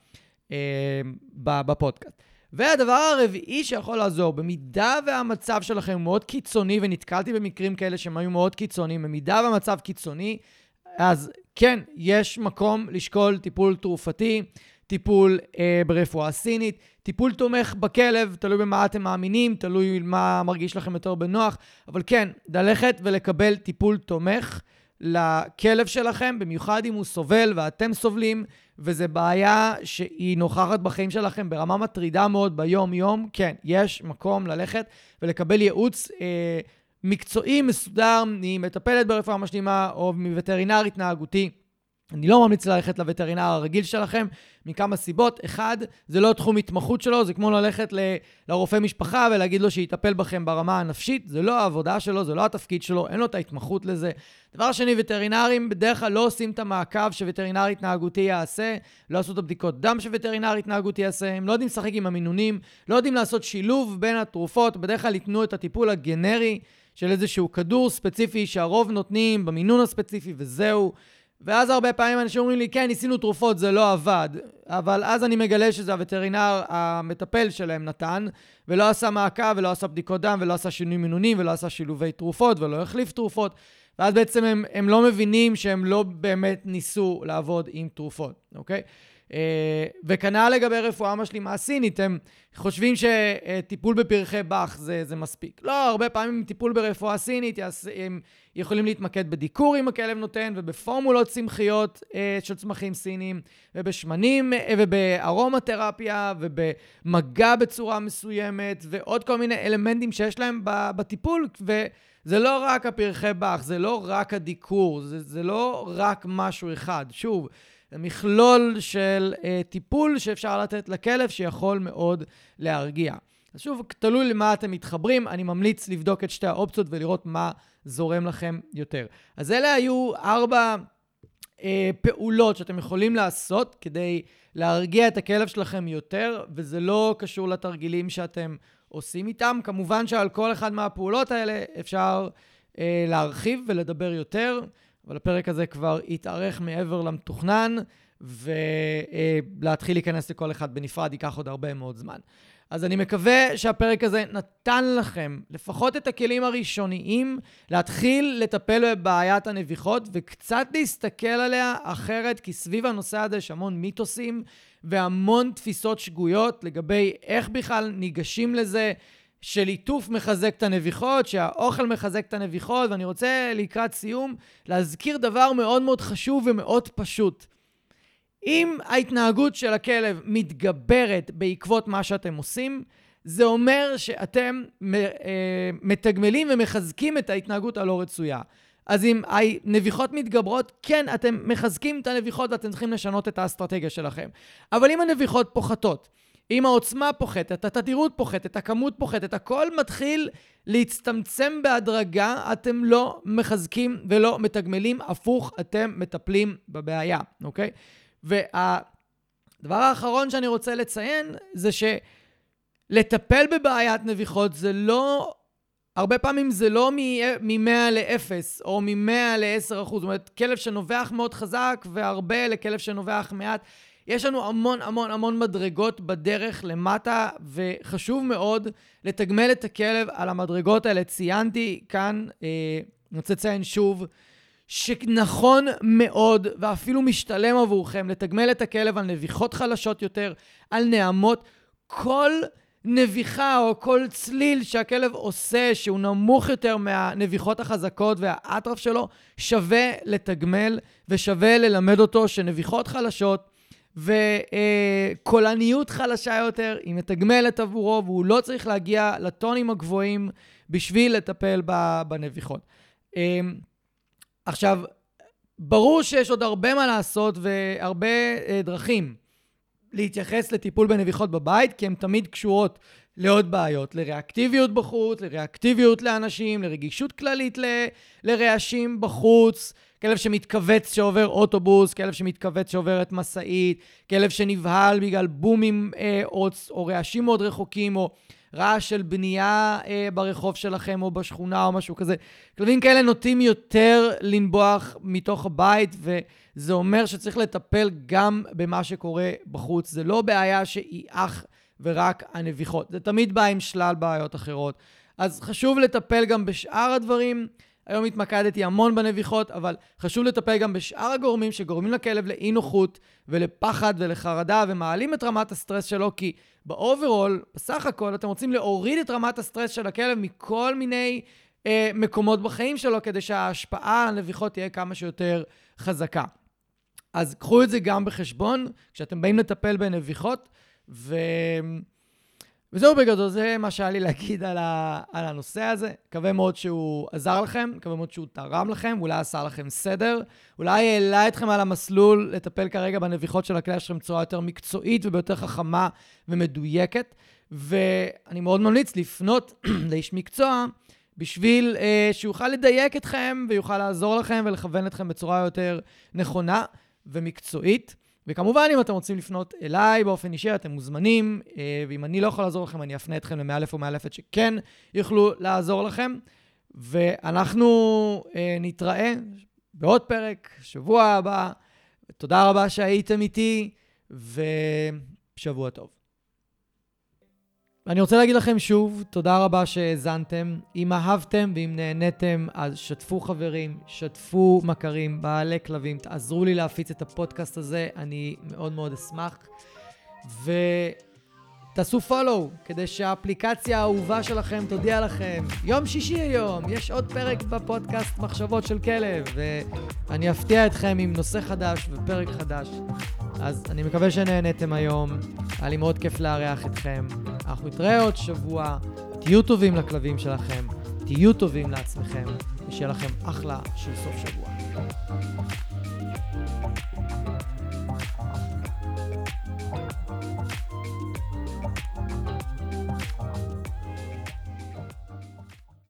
בפודקאסט. והדבר הרביעי שיכול לעזור, במידה והמצב שלכם הוא מאוד קיצוני, ונתקלתי במקרים כאלה שהם היו מאוד קיצוניים, במידה והמצב קיצוני, אז כן, יש מקום לשקול טיפול תרופתי, טיפול אה, ברפואה סינית, טיפול תומך בכלב, תלוי במה אתם מאמינים, תלוי מה מרגיש לכם יותר בנוח, אבל כן, ללכת ולקבל טיפול תומך לכלב שלכם, במיוחד אם הוא סובל ואתם סובלים, וזה בעיה שהיא נוכחת בחיים שלכם ברמה מטרידה מאוד ביום-יום. כן, יש מקום ללכת ולקבל ייעוץ אה, מקצועי מסודר ממטפלת ברפואה משלימה או מווטרינר התנהגותי. אני לא ממליץ ללכת לווטרינר הרגיל שלכם מכמה סיבות. אחד, זה לא תחום התמחות שלו, זה כמו ללכת ל- לרופא משפחה ולהגיד לו שיטפל בכם ברמה הנפשית. זה לא העבודה שלו, זה לא התפקיד שלו, אין לו את ההתמחות לזה. דבר שני, וטרינרים בדרך כלל לא עושים את המעקב שווטרינר התנהגותי יעשה, לא עשו את הבדיקות דם שווטרינר התנהגותי יעשה, הם לא יודעים לשחק עם המינונים, לא יודעים לעשות שילוב בין התרופות, בדרך כלל ייתנו את הטיפול הגנרי של איזשהו כדור ספציפי שהרוב נותנים במינון הספציפי וזהו. ואז הרבה פעמים אנשים אומרים לי, כן, ניסינו תרופות, זה לא עבד. אבל אז אני מגלה שזה הווטרינר המטפל שלהם נתן, ולא עשה מעקב, ולא עשה בדיקות דם, ולא עשה שינוי מינונים, ולא עשה שילובי תרופות, ולא החליף תרופות. ואז בעצם הם, הם לא מבינים שהם לא באמת ניסו לעבוד עם תרופות, אוקיי? וכנ"ל לגבי רפואה משלימה סינית, הם חושבים שטיפול בפרחי באך זה, זה מספיק. לא, הרבה פעמים טיפול ברפואה סינית הם יכולים להתמקד בדיקור אם הכלב נותן, ובפורמולות צמחיות של צמחים סינים, ובשמנים, ובארומתרפיה, ובמגע בצורה מסוימת, ועוד כל מיני אלמנטים שיש להם בטיפול, וזה לא רק הפרחי באך, זה לא רק הדיקור, זה, זה לא רק משהו אחד. שוב, זה מכלול של uh, טיפול שאפשר לתת לכלב שיכול מאוד להרגיע. אז שוב, תלוי למה אתם מתחברים, אני ממליץ לבדוק את שתי האופציות ולראות מה זורם לכם יותר. אז אלה היו ארבע uh, פעולות שאתם יכולים לעשות כדי להרגיע את הכלב שלכם יותר, וזה לא קשור לתרגילים שאתם עושים איתם. כמובן שעל כל אחד מהפעולות האלה אפשר uh, להרחיב ולדבר יותר, אבל הפרק הזה כבר יתארך מעבר למתוכנן, ולהתחיל להיכנס לכל אחד בנפרד ייקח עוד הרבה מאוד זמן. אז אני מקווה שהפרק הזה נתן לכם לפחות את הכלים הראשוניים, להתחיל לטפל בבעיית הנביחות, וקצת להסתכל עליה אחרת, כי סביב הנושא הזה יש המון מיתוסים, והמון תפיסות שגויות לגבי איך בכלל ניגשים לזה, של עיטוף מחזק את הנביחות, שהאוכל מחזק את הנביחות, ואני רוצה לקראת סיום להזכיר דבר מאוד מאוד חשוב ומאוד פשוט. אם ההתנהגות של הכלב מתגברת בעקבות מה שאתם עושים, זה אומר שאתם מתגמלים ומחזקים את ההתנהגות הלא רצויה. אז אם הנביחות מתגברות, כן, אתם מחזקים את הנביחות ואתם צריכים לשנות את האסטרטגיה שלכם. אבל אם הנביחות פוחתות, אם העוצמה פוחתת, התדירות פוחתת, הכמות פוחתת, הכל מתחיל להצטמצם בהדרגה, אתם לא מחזקים ולא מתגמלים, הפוך, אתם מטפלים בבעיה, אוקיי? והדבר האחרון שאני רוצה לציין, זה שלטפל בבעיית נביחות זה לא, הרבה פעמים זה לא מ-מאה ל-אפס, או מ-מאה ל-עשרה אחוז, זאת אומרת, כלב שנובח מאוד חזק, והרבה לכלב שנובח מעט, יש לנו המון המון המון מדרגות בדרך למטה, וחשוב מאוד לתגמל את הכלב על המדרגות האלה. ציינתי כאן, אה, אני רוצה לציין שוב, שנכון מאוד, ואפילו משתלם עבורכם, לתגמל את הכלב על נביחות חלשות יותר, על נעמות. כל נביחה או כל צליל שהכלב עושה, שהוא נמוך יותר מהנביחות החזקות והאטרף שלו, שווה לתגמל ושווה ללמד אותו שנביחות חלשות, וקולניות חלשה יותר, היא מתגמלת עבורו, והוא לא צריך להגיע לטונים הגבוהים בשביל לטפל בנביחות. עכשיו, ברור שיש עוד הרבה מה לעשות והרבה דרכים להתייחס לטיפול בנביחות בבית, כי הן תמיד קשורות לעוד בעיות, לריאקטיביות בחוץ, לריאקטיביות לאנשים, לרגישות כללית ל... לרעשים בחוץ, כלב שמתכווץ שעובר אוטובוס, כלב שמתכווץ שעוברת מסעית, כלב שנבהל בגלל בומים אה, או, או רעשים מאוד רחוקים, או רעש של בנייה אה, ברחוב שלכם או בשכונה או משהו כזה. כלבים כאלה נוטים יותר לנבוח מתוך הבית, וזה אומר שצריך לטפל גם במה שקורה בחוץ. זה לא בעיה שהיא אך ורק הנביחות. זה תמיד בא עם שלל בעיות אחרות. אז חשוב לטפל גם בשאר הדברים. היום התמקדתי המון בנביחות, אבל חשוב לטפל גם בשאר הגורמים שגורמים לכלב לאי נוחות ולפחד ולחרדה ומעלים את רמת הסטרס שלו, כי באוברול, בסך הכל, אתם רוצים להוריד את רמת הסטרס של הכלב מכל מיני אה, מקומות בחיים שלו, כדי שההשפעה על הנביחות תהיה כמה שיותר חזקה. אז קחו את זה גם בחשבון, כשאתם באים לטפל בנביחות, ו... וזהו בגדול, זה מה שהיה לי להגיד על, ה... על הנושא הזה. מקווה מאוד שהוא עזר לכם, מקווה מאוד שהוא תרם לכם, ואולי עשה לכם סדר, אולי העלה אתכם על המסלול לטפל כרגע בנביחות של הכלב שלכם בצורה יותר מקצועית וביותר חכמה ומדויקת, ואני מאוד ממליץ לפנות לאיש מקצוע, בשביל uh, שיוכל לדייק אתכם ויוכל לעזור לכם ולכוון אתכם בצורה יותר נכונה ומקצועית. וכמובן, אם אתם רוצים לפנות אליי באופן אישי, אתם מוזמנים, ואם אני לא יכול לעזור לכם, אני אפנה אתכם למאלף או מאלפת שכן יוכלו לעזור לכם. ואנחנו נתראה בעוד פרק, שבוע הבא. תודה רבה שהייתם איתי, ושבוע טוב. אני רוצה להגיד לכם שוב, תודה רבה שהזנתם. אם אהבתם ואם נהניתם, אז שתפו חברים, שתפו מכרים, בעלי כלבים, תעזרו לי להפיץ את הפודקאסט הזה, אני מאוד מאוד אשמח. ותעשו פולו, כדי שהאפליקציה האהובה שלכם תודיע לכם. יום שישי היום, יש עוד פרק בפודקאסט מחשבות של כלב, ואני אפתיע אתכם עם נושא חדש ופרק חדש. אז אני מקווה שנהניתם היום, היה לי מאוד כיף לארח אתכם. אנחנו נתראה עוד שבוע, תהיו טובים לכלבים שלכם, תהיו טובים לעצמכם, ושיהיה לכם אחלה של סוף שבוע.